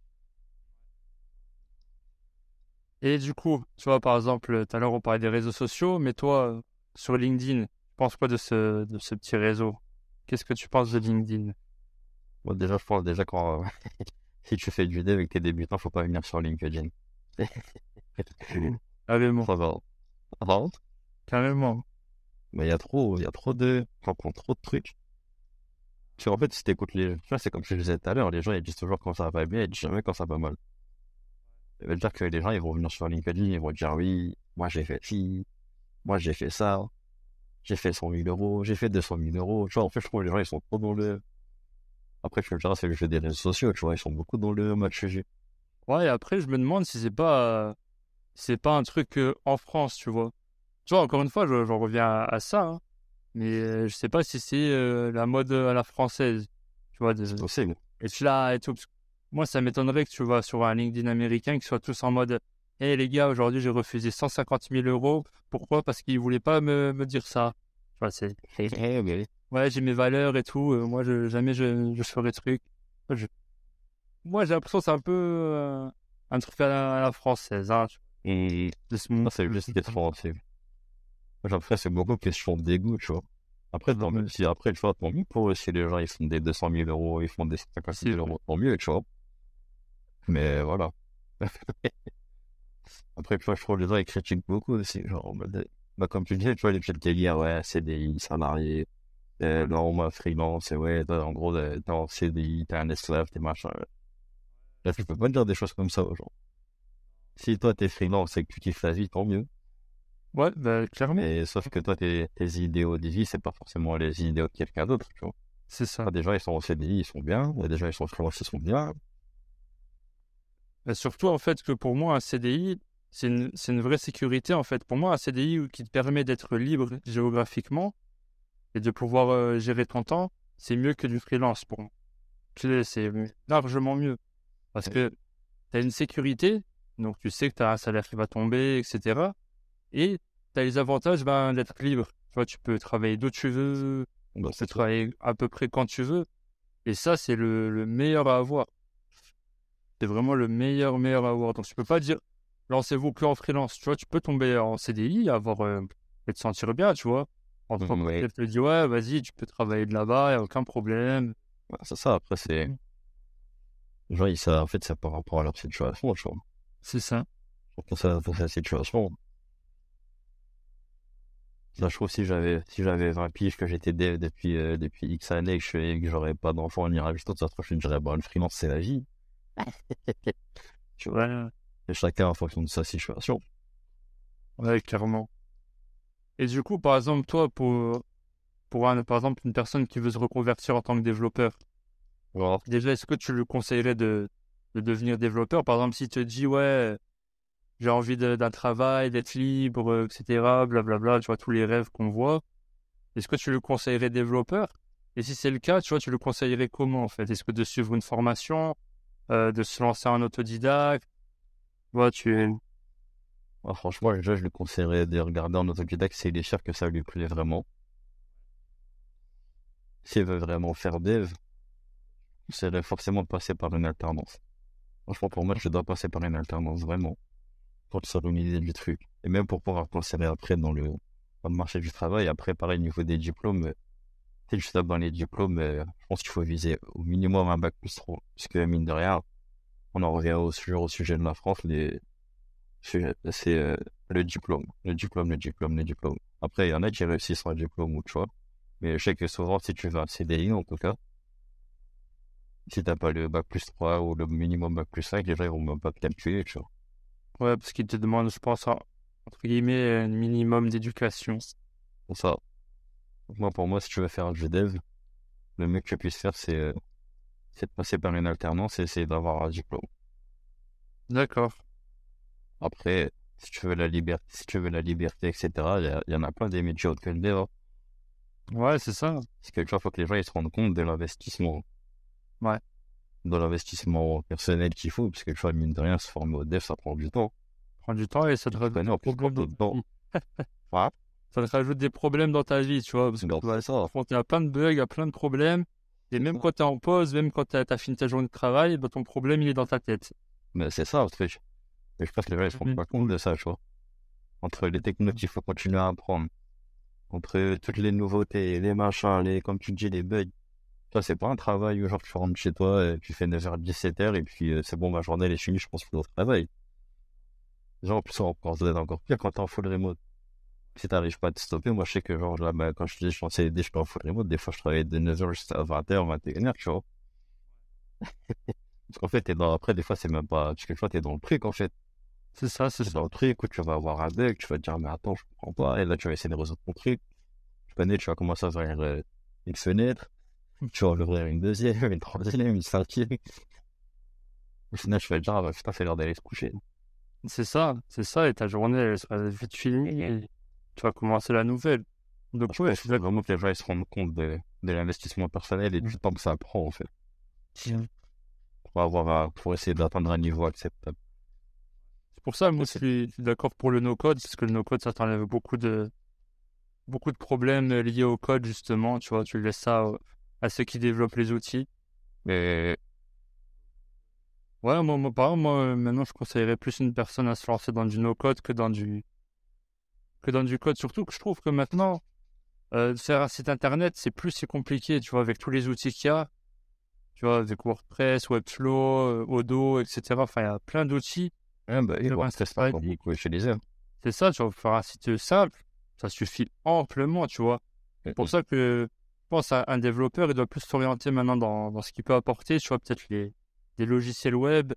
Et du coup, tu vois, par exemple, tout à l'heure, on parlait des réseaux sociaux, mais toi, euh, sur LinkedIn, tu penses quoi de ce, de ce petit réseau? Qu'est-ce que tu penses de LinkedIn? Moi, déjà, je pense, déjà, quand, si tu fais du dev avec tes débutants, faut pas venir sur LinkedIn. Carrément, Ça va. Ça va. carrément. Mais il y a trop, il y a trop de, j'entends trop de trucs. Parce qu'en fait, si t'écoutes les, tu vois, c'est comme je disais tout à l'heure, les gens, ils disent toujours quand ça va bien, ils disent jamais quand ça va mal. Ça veut dire que les gens, ils vont venir sur LinkedIn, ils vont dire oui, moi j'ai fait ci, moi j'ai fait ça, j'ai fait cent mille euros, j'ai fait deux cent mille euros. Tu vois, en fait, je trouve que les gens, ils sont trop dans le, après, tu me diras, c'est le jeu des réseaux sociaux, tu vois, ils sont beaucoup dans le match G. Ouais, et après, je me demande si c'est pas, euh, c'est pas un truc euh, en France, tu vois. Tu vois, encore une fois, je- j'en reviens à, à ça, hein, mais euh, je sais pas si c'est euh, la mode à la française, tu vois, C'est de, possible. être là et tout. Parce que moi, ça m'étonnerait que tu vois sur un LinkedIn américain qu'ils soient tous en mode, hé les gars, aujourd'hui j'ai refusé cent cinquante mille euros. Pourquoi? Parce qu'ils voulaient pas me, me dire ça. Tu vois, c'est, Eh, mais ouais, j'ai mes valeurs et tout. euh, moi, je, jamais je, je ferai truc. Je- moi, j'ai l'impression que c'est un peu euh, un truc à la, à la française, hein, tu et vois, de ce ça, monde. c'est juste question, c'est, moi, après, c'est beaucoup question d'égout, tu vois. Après, tant mieux, si après, tu vois, tant mieux pour eux, si les gens, ils font des deux cent mille euros, ils font des cent cinquante C'est mille vrai. euros, tant mieux, tu vois. Mais voilà. Après, tu vois, je trouve que les gens, ils critiquent beaucoup aussi. Genre, en mode, bah, comme tu disais, tu vois, les petits délires, ouais, C D I, salarié, euh, non, moi, freelance, et ouais, toi, en gros, euh, t'es en C D I, t'es un esclave, t'es machin. Là, tu peux pas dire des choses comme ça aux gens. Si toi, t'es freelance et que tu kiffes la vie, tant mieux. Ouais, bah, clairement, Mais sauf que toi, tes, tes idéaux de vie, c'est pas forcément les idéaux de quelqu'un d'autre, tu vois. c'est ça. Enfin, déjà, ils sont en C D I, ils sont bien. Et déjà, ils sont freelance, ils sont bien. Bah, surtout, en fait, que pour moi, un C D I, c'est une, c'est une vraie sécurité, en fait. Pour moi, un C D I qui te permet d'être libre géographiquement et de pouvoir euh, gérer ton temps, c'est mieux que du freelance pour moi. Tu sais, c'est largement mieux. Parce que tu as une sécurité, donc tu sais que tu as un salaire qui va tomber, et cetera. Et tu as les avantages ben, d'être libre. Tu vois, tu peux travailler d'où tu veux, Bah, tu peux c'est ça. travailler à peu près quand tu veux. Et ça, c'est le, le meilleur à avoir. C'est vraiment le meilleur, meilleur à avoir. Donc, tu peux pas dire, lancez-vous que en freelance. Tu vois, tu peux tomber en C D I, avoir, euh, et te sentir bien, tu vois. Mm, ouais. L'entreprise te dit, ouais, vas-y, tu peux travailler de là-bas, il n'y a aucun problème. Ouais, c'est ça. Après, c'est, genre, ils- ça, en fait, c'est par rapport à leur situation, tu vois. C'est ça. Pour ça, pour sa situation. Là, je trouve si j'avais, si j'avais vingt piges, que j'étais dev depuis, euh, depuis X années, que je fais- que j'aurais pas d'enfant ni rien du tout, ça se trouve, je me dirais, bon, le freelance, c'est la vie. Tu vois. Ouais, Et chacun en fonction de sa situation. Ouais, clairement. Et du coup, par exemple, toi, pour, pour un, par exemple, une personne qui veut se reconvertir en tant que développeur, Voilà. déjà, est-ce que tu lui conseillerais de, de devenir développeur? Par exemple, s'il te dit, ouais, j'ai envie de- d'un travail, d'être libre, euh, et cetera, blablabla, tu vois, tous les rêves qu'on voit, est-ce que tu lui conseillerais développeur? Et si c'est le cas, tu vois, tu le conseillerais comment, en fait? Est-ce que de suivre une formation, euh, de se lancer en autodidacte? Tu vois, tu... Ah, franchement, déjà, je lui conseillerais de regarder en autodidacte s'il est sûr que ça lui plaît vraiment. S'il veut vraiment faire dev, c'est forcément de passer par une alternance. Franchement, pour moi, je dois passer par une alternance, vraiment, pour te faire une idée du truc. Et même pour pouvoir t'insérer après dans le, dans le marché du travail. Après, pareil, au niveau des diplômes, euh, tu sais, juste là, dans les diplômes, euh, je pense qu'il faut viser au minimum un bac plus trois. Parce que, mine de rien, on en revient au, sujet- au sujet de la France, les, sujets- c'est euh, le diplôme, le diplôme, le diplôme, le diplôme. Après, il y en a qui réussissent sans diplôme ou tu vois. Mais je sais que souvent, si tu veux un C D I, en tout cas, si t'as pas le bac plus trois ou le minimum bac plus cinq, les gens, ils vont même pas te calculer, tu vois. Ouais, parce qu'il te demande, je pense, un- entre guillemets, un minimum d'éducation. Pour ça, moi, pour moi, si tu veux faire du dev, le mieux que tu puisses faire, c'est euh, c'est de passer par une alternance et essayer d'avoir un diplôme. D'accord. Après, si tu veux la liberté, si tu veux la liberté, et cetera, il y, a- il y en a plein des métiers autres que le dev, hein. Ouais, c'est ça. Parce que tu vois, faut que les gens ils se rendent compte de l'investissement, Ouais. de l'investissement personnel qu'il faut, parce que tu vois, mine de rien, se former au dev, ça prend du temps. Prend du temps et ça te Et tu rajoute connais des en plus quand problèmes t'es dans ta dedans. vie. Ouais, Ça te rajoute des problèmes dans ta vie, tu vois, parce c'est que tu bien, vas c'est être ça. confronté à plein de bugs, à plein de problèmes. Et C'est même ça. quand tu es en pause, même quand tu as fini ta journée de travail, bah, ton problème, il est dans ta tête. Mais c'est ça, le truc. Et je pense que les gens ils se rendent Mhm. pas compte de ça, tu vois. Entre les technos qu'il faut continuer à apprendre, entre toutes les nouveautés, les machins, les, comme tu dis, les bugs. Ça, c'est pas un travail où genre tu rentres chez toi et tu fais neuf heures dix-sept heures et puis euh, c'est bon, ma journée elle est finie, je pense plus au travail. Genre, en plus, on encore, ça doit être encore pire quand t'es en full remote. Si t'arrives pas à te stopper, moi je sais que genre là, bah, quand je te dis je suis en C D D, je suis en full remote, des fois je travaille de neuf heures jusqu'à vingt heures, vingt et une heures, tu vois. Parce qu'en fait, t'es dans, après, des fois, c'est même pas, parce que tu vois, t'es dans le truc, en fait. C'est ça, c'est T'es ça. dans le truc où tu vas avoir un bug, tu vas te dire, mais attends, je comprends pas. Et là, tu vas essayer de résoudre ton truc. Tu connais, tu vas commencer à ouvrir euh, une fenêtre. Tu vas en ouvrir une deuxième, une troisième, une cinquième. Au final, tu vas te dire, ah bah putain, c'est l'heure d'aller se coucher. C'est ça, c'est ça. Et ta journée, elle sera vite finie et tu vas commencer la nouvelle. Moi, Donc, je ouais, pense je qu'il suis faut d'accord. vraiment que les gens ils se rendent compte de, de l'investissement personnel et du temps que ça prend, en fait. C'est Pour avoir, un- pour essayer d'atteindre un niveau acceptable. pour ça, moi, Et je c'est, suis je suis d'accord pour le no-code, parce que le no-code, ça t'enlève beaucoup de, beaucoup de problèmes euh, liés au code, justement. Tu vois, tu laisses ça euh, à ceux qui développent les outils. mais, Ouais, moi, moi, par exemple, moi, euh, maintenant, je conseillerais plus une personne à se lancer dans du no-code que dans du, que dans du code. Surtout que je trouve que maintenant, euh, faire un site internet, c'est plus si compliqué, tu vois, avec tous les outils qu'il y a. Tu vois, avec WordPress, Webflow, euh, Odoo, et cetera. Enfin, il y a plein d'outils. ouais, bah, oui, Faire bon, un c'est site ça web, qu'on beaucoup utiliser. c'est ça, tu vas faire un site simple, ça suffit amplement, tu vois. C'est pour ça que je pense à un développeur, il doit plus s'orienter maintenant dans, dans ce qu'il peut apporter, tu vois, peut-être les, des logiciels web,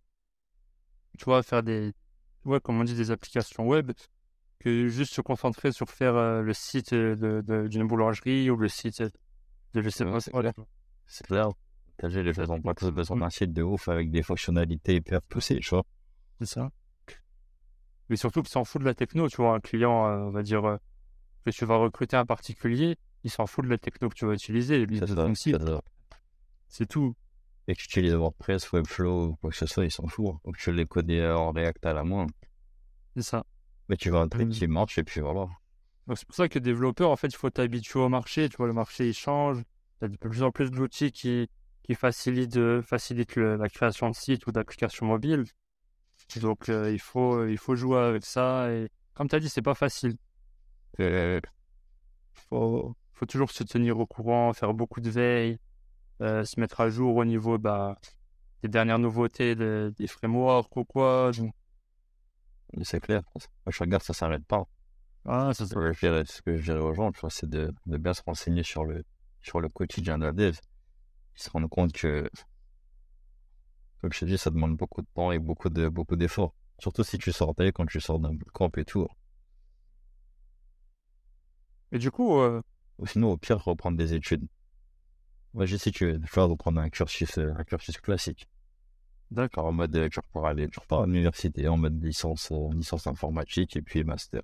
tu vois, faire des, ouais, comme on dit, des applications web, que juste se concentrer sur faire euh, le site euh, de, de- d'une boulangerie ou le site de je sais Ouais, pas c'est quoi. clair. C'est clair. T'as vu, les gens ont pas tous besoin d'un site de ouf avec des fonctionnalités hyper poussées, tu vois. C'est ça. Mais surtout qu'il s'en fout de la techno, tu vois, un client, euh, on va dire, euh, que tu vas recruter un particulier, il s'en fout de la techno que tu vas utiliser, lui, Ça, c'est ton ça, site, ça. c'est tout. Et que tu utilises WordPress, Webflow ou quoi que ce soit, ils s'en foutent. Ou que tu les codes en React à la main. C'est ça. Mais tu veux un truc Mhm. qui marche et puis voilà. Donc c'est pour ça que développeur, en fait, il faut t'habituer au marché, tu vois, le marché, il change, il y a de plus en plus d'outils qui, qui facilitent, euh, facilitent le- la création de sites ou d'applications mobiles. Donc euh, il faut, il faut jouer avec ça, et comme tu as dit, c'est pas facile. Euh, Faut, faut toujours se tenir au courant, faire beaucoup de veille, euh, se mettre à jour au niveau bah, des dernières nouveautés de- des frameworks ou quoi. Donc, mais c'est clair. Moi, je regarde, ça s'arrête pas. ah, ça, Ce c'est- que je dirais, ce que je dirais aux gens, tu vois, c'est de, de bien se renseigner sur le, sur le quotidien de la dev. Ils se rendent compte que, comme je te dis, ça demande beaucoup de temps et beaucoup de, beaucoup d'efforts. Surtout si tu sortais quand tu sors d'un bootcamp et tout. Et du coup, euh, Ou sinon, au pire, reprendre des études. Ouais, je sais que tu vas reprendre un cursus, euh, un cursus classique. d'accord, Genre en mode, euh, tu repars à l'é- tu repars à l'université en mode licence, euh, licence informatique et puis master.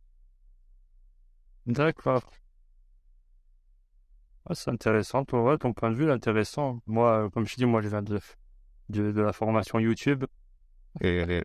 d'accord. Ah, c'est intéressant, toi, ouais, ton point de vue est intéressant. Moi, euh, comme je dis, moi, je viens de, de, de la formation YouTube. Et, et-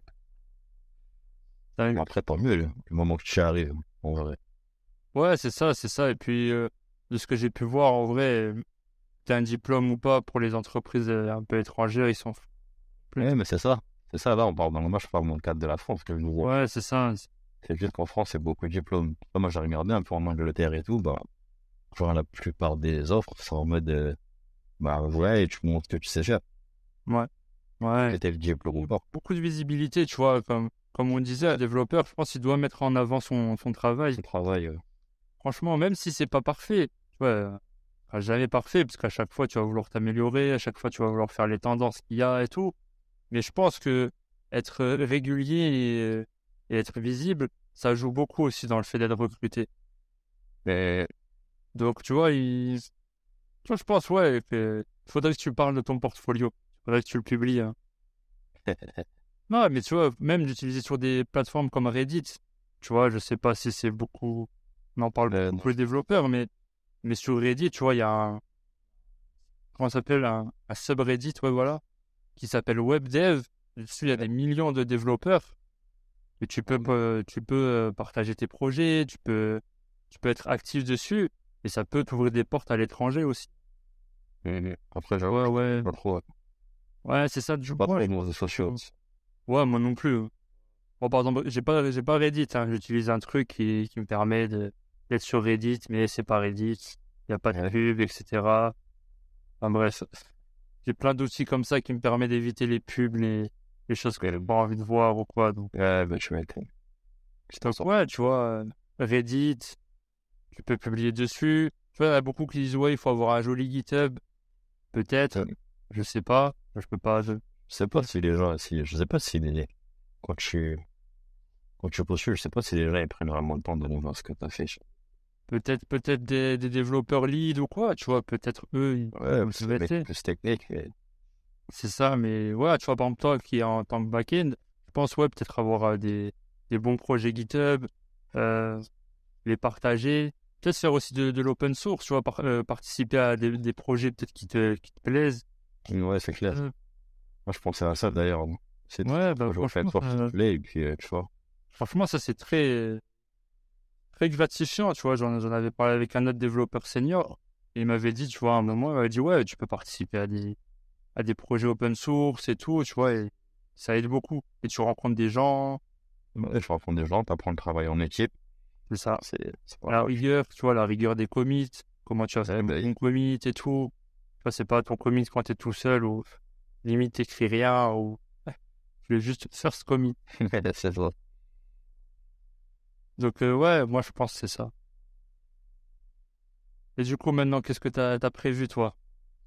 T'as- après, tant mieux, le, le moment que tu y arrives, en vrai. Ouais, c'est ça, c'est ça. Et puis, euh, de ce que j'ai pu voir, en vrai, euh, t'as un diplôme ou pas pour les entreprises euh, un peu étrangères, ils sont Ouais, complètement. mais c'est ça. C'est ça, là, on parle dans le match, je parle dans le cadre de la France, que je nous vois. Ouais, c'est ça. C'est juste qu'en France, c'est beaucoup de diplômes. Là, moi, j'ai regardé un peu en Angleterre et tout, bah, genre, la plupart des offres, c'est en mode, euh, bah, ouais, et tu montres que tu sais faire, Ouais, que ouais. t'as le diplôme ou pas. Beaucoup de visibilité, tu vois, comme, comme on disait, un développeur, je pense qu'il doit mettre en avant son, son travail. Le travail, euh, Franchement, même si c'est pas parfait, tu vois, euh, enfin, jamais parfait, parce qu'à chaque fois, tu vas vouloir t'améliorer, à chaque fois, tu vas vouloir faire les tendances qu'il y a et tout. Mais je pense que être euh, régulier et, euh, et être visible, ça joue beaucoup aussi dans le fait d'être recruté. mais, Donc, tu vois, il... tu vois, je pense, ouais, que faudrait que tu parles de ton portfolio. Faudrait que tu le publies, hein. Non, mais tu vois, même d'utiliser sur des plateformes comme Reddit, tu vois, je sais pas si c'est beaucoup, on en parle euh, beaucoup non. pour les développeurs, mais, mais sur Reddit, tu vois, il y a un, comment ça s'appelle, un, un subreddit, ouais, voilà, qui s'appelle WebDev. Dessus, il y a des millions de développeurs et tu peux, euh, tu peux euh, partager tes projets, tu peux, tu peux être actif dessus et ça peut t'ouvrir des portes à l'étranger aussi. Mais- mais après, j'avoue, Ouais, je ouais, suis pas trop, ouais, c'est ça, je du suis pas coup, trop ouais, les réseaux sociaux. je- ouais, moi non plus. Bon, par exemple, j'ai pas, j'ai pas Reddit, hein. J'utilise un truc qui, qui me permet de, d'être sur Reddit, mais c'est pas Reddit. Il n'y a pas de Ouais, pub, et cetera. Enfin bref, j'ai plein d'outils comme ça qui me permettent d'éviter les pubs, les, les choses que mais j'ai le- pas envie de voir ou quoi. Donc, ouais, bah, tu vas être, tu t'en donc sors. ouais, tu vois, euh, Reddit, tu peux publier dessus. Tu vois, il y en a beaucoup qui disent, ouais, il faut avoir un joli GitHub. Euh, Peut-être, je sais pas. Je peux pas. je- Je sais pas si les gens, si, je sais pas si les, quand tu, quand tu postules, je sais pas si les gens, ils prennent vraiment le temps de voir ce que t'as fait. Peut-être, peut-être des, des développeurs lead ou quoi, tu vois. Peut-être eux, ils Ouais, ils c'est peuvent des être. mecs plus techniques, mais, C'est ça, mais ouais, tu vois, par exemple, toi qui est en tant que back-end, je pense, ouais, peut-être avoir euh, des, des bons projets GitHub, euh, les partager, peut-être faire aussi de, de l'open source, tu vois, par- euh, participer à des, des projets peut-être qui te, qui te plaisent. ouais, c'est clair. Euh, Moi, je pensais à ça, d'ailleurs. C'est tout ouais, bah projet open franchement, source qui te ça, plaît, et puis, euh, tu vois. franchement, ça c'est très, très gratifiant, tu vois. J'en, j'en avais parlé avec un autre développeur senior, et il m'avait dit, tu vois, à un moment, il m'avait dit, ouais, tu peux participer à des, à des projets open source et tout, tu vois, et ça aide beaucoup. Et tu rencontres des gens, Ouais, je rencontre des gens, t'apprends le travail en équipe, c'est ça. c'est, c'est pas La mal. rigueur, tu vois, la rigueur des commits, comment tu vas faire Ouais, un bah, bon commit et tout. Tu vois, c'est pas ton commit quand t'es tout seul ou limite t'écris rien ou tu veux juste faire ce commit. c'est ça. Donc, euh, ouais, moi je pense que c'est ça. Et du coup, maintenant, qu'est-ce que t'as, t'as prévu, toi?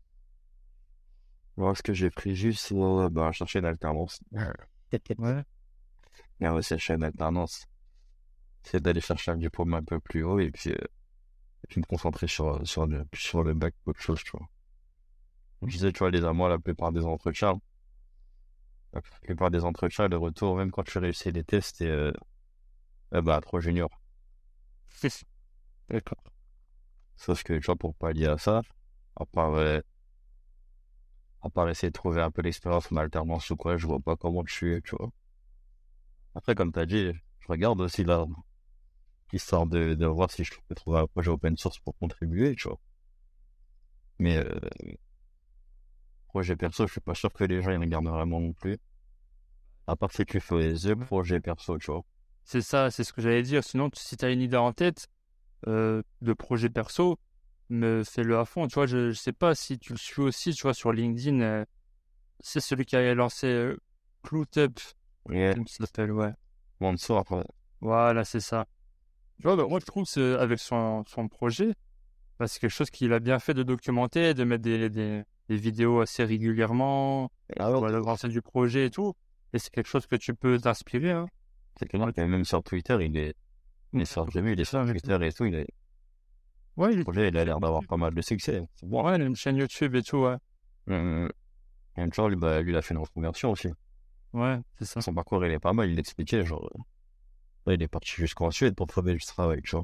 Moi, ce que j'ai pris juste, c'est, euh, bah, chercher une alternance. Ouais. Et ouais, chercher une alternance. C'est d'aller chercher un diplôme un peu plus haut, et puis, euh, et puis me concentrer sur, sur le, sur le bac, autre chose, tu vois. Je disais, tu vois, les amours, la plupart des entretiens, la plupart des entretiens, le retour, même quand tu réussis les tests, et, euh, eh bah, trop junior. D'accord. Sauf que, tu vois, pour pallier à ça, à part, euh, à part essayer de trouver un peu l'expérience en alternance ou quoi, je vois pas comment tu es, tu vois. Après, comme t'as dit, je regarde aussi là, histoire de, de voir si je peux trouver un projet open source pour contribuer, tu vois. Mais, euh, projet perso, je suis pas sûr que les gens ils regardent vraiment non plus. À part si tu fais the projet perso, tu vois. C'est ça, c'est ce que j'allais dire. Sinon, si t'as une idée en tête euh, de projet perso, me fais-le à fond. Tu vois, je, je sais pas si tu le suis aussi, tu vois, sur LinkedIn. euh, c'est celui qui a lancé euh, Cloud-Up, Et, il s'appelle, ouais. Mansour, après, Voilà, c'est ça. Tu vois, bah, moi, je trouve que avec son, son projet, bah, c'est quelque chose qu'il a bien fait de documenter, de mettre des, des, des vidéos assez régulièrement, ah ouais, voilà, l'avancée du projet et tout. Et c'est quelque chose que tu peux t'inspirer, hein. c'est clair que même sur Twitter, il est, il est sur, j'ai vu, il est sur Ça, Twitter et tout, il est, Ouais, Le il... projet, il a l'air d'avoir pas mal de succès. C'est bon. ouais, il a une chaîne YouTube et tout, ouais. Euh, et un jour, lui, bah, lui, il a fait une reconversion aussi. Ouais, c'est ça. Son parcours, il est pas mal. Il l'expliquait, genre, ouais, il est parti jusqu'en Suède pour trouver du travail, tu vois.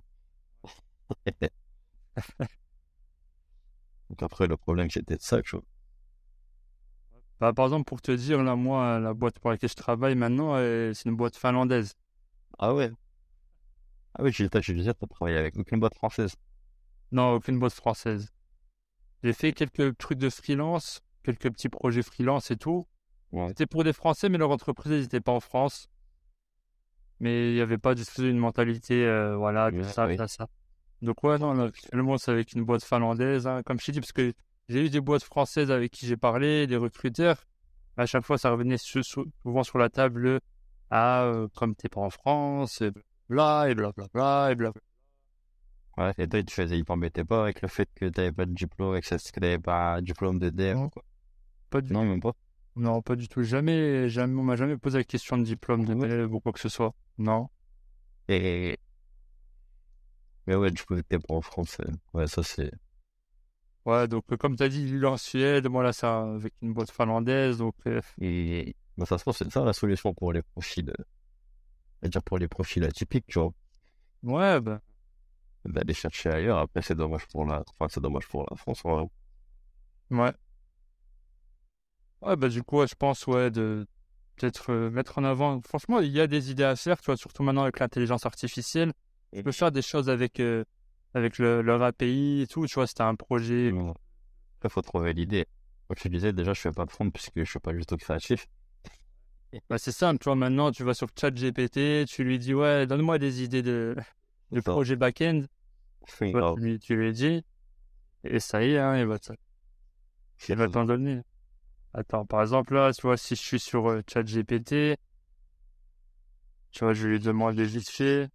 Donc après, le problème, c'était de ça, tu vois. Bah, par exemple, pour te dire, là, moi, la boîte pour laquelle je travaille maintenant, euh, c'est une boîte finlandaise. Ah ouais. Ah oui, tu je disais, t'as travaillé avec aucune boîte française. Non, aucune boîte française. J'ai fait quelques trucs de freelance, quelques petits projets freelance et tout. Ouais. C'était pour des Français, mais leur entreprise n'était pas en France. Mais il n'y avait pas du tout une mentalité, euh, voilà, de Ouais, ça, oui. ça, ça. Donc ouais, non, là, actuellement, c'est avec une boîte finlandaise, hein, comme je t'ai dit, parce que j'ai eu des boîtes françaises avec qui j'ai parlé, des recruteurs. À chaque fois, ça revenait sou- sou- souvent sur la table, le, ah, euh, comme t'es pas en France, et bla, et blablabla, et bla. Ouais, et toi, il te faisait, il t'embêtait pas avec le fait que t'avais pas de diplôme, avec ça, que t'avais pas de diplôme de dev, Non, quoi. pas du Non, même pas. Non, pas du tout. Jamais, jamais, on m'a jamais posé la question de diplôme de Ouais. dev ou quoi que ce soit. Non. Et, mais ouais, du coup, t'es pas en France. euh, Ouais, ça, c'est, Ouais, donc euh, comme tu as dit, il est en Suède, moi là, c'est un- avec une boîte finlandaise, donc euh, et, bah, ça se trouve, c'est ça la solution pour les profils, euh, c'est-à-dire pour les profils atypiques, tu vois. ouais, bah, D'aller chercher ailleurs. Après, c'est dommage pour la, enfin, c'est dommage pour la France, en vrai. ouais. Ouais, bah du coup, ouais, je pense, ouais, de peut-être euh, mettre en avant. Franchement, il y a des idées à faire, tu vois, surtout maintenant avec l'intelligence artificielle. Tu peux faire des choses avec, euh, avec le, leur A P I et tout, tu vois, c'était un projet. Ouais. Après, faut trouver l'idée. Comme je te disais, déjà, je fais pas de front puisque je suis pas du tout créatif. Bah, c'est simple, tu vois, maintenant, tu vas sur ChatGPT, tu lui dis, ouais, donne-moi des idées de, de C'est ça. projet back-end. Oui, Ouais, grave. tu lui, tu lui dis, et ça y est, hein, il va te- il C'est va ça. t'en donner. Attends, par exemple, là, tu vois, si je suis sur euh, ChatGPT, tu vois, je lui demande vite fait,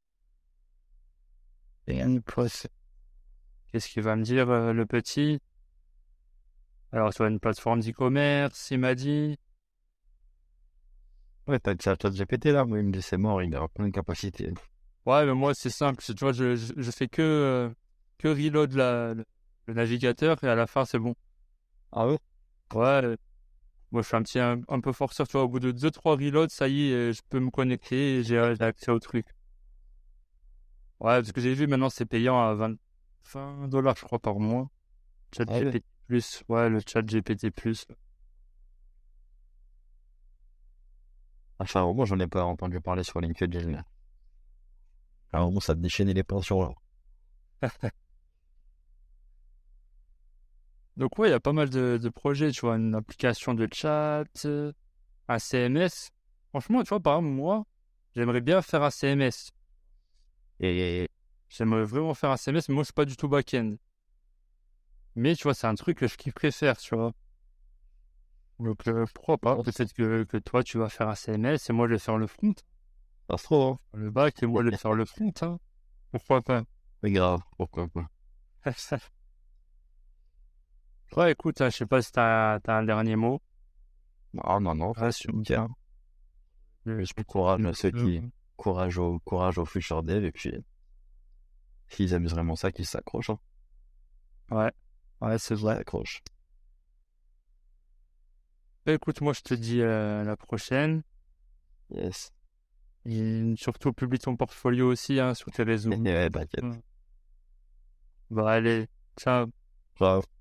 et un post. Qu'est-ce qu'il va me dire, euh, le petit? Alors, tu vois, une plateforme d'e-commerce, il m'a dit. Ouais, t'as t'as ChatGPT là, moi, il me dit c'est mort, il a plein de capacités. Ouais, mais moi, c'est simple, c'est- tu vois, je, je, je fais que, euh, que reload la, le, le navigateur, et à la fin, c'est bon. Ah ouais? Ouais, euh, moi, je suis un petit, un, un peu forceur, tu vois, au bout de deux trois reloads, ça y est, euh, je peux me connecter, et j'ai euh, j'ai accès au truc. Ouais, parce que j'ai vu, maintenant, c'est payant à vingt vingt dollars, je crois, par mois. Ah ouais. ChatGPT plus, ouais, le chat G P T plus. Enfin, au moins, j'en ai pas entendu parler sur LinkedIn. Alors, au moins, ça te déchaînait les pensions là. Donc ouais, il y a pas mal de, de projets, tu vois, une application de chat, euh, un C M S. Franchement, tu vois, par exemple, moi, j'aimerais bien faire un C M S. Et, J'aimerais vraiment faire un C M S, mais moi, je suis pas du tout back-end. Mais tu vois, c'est un truc que je kifferais faire, tu vois. Donc euh, pourquoi pas? Peut-être que, que toi, tu vas faire un C M S et moi, je vais faire le front. ça se trouve, hein. Le back et moi, je vais faire le front, hein. Pourquoi pas? Mais grave, pourquoi pas. Ouais, écoute, hein, je sais pas si t'as, t'as un dernier mot. Non, non, non, Ah, c'est sur nickel. le- Juste courage à ceux qui, le- courage au, courage aux futurs devs, et puis, s'ils aiment vraiment ça, qu'ils s'accrochent, hein. Ouais, ouais, c'est Qu'ils vrai. s'accrochent. Bah, écoute, moi, je te dis euh, à la prochaine. Yes. Et surtout, publie ton portfolio aussi, hein, sur tes réseaux. Ouais, t'inquiète. Mm. Bah, allez, ciao. Ciao.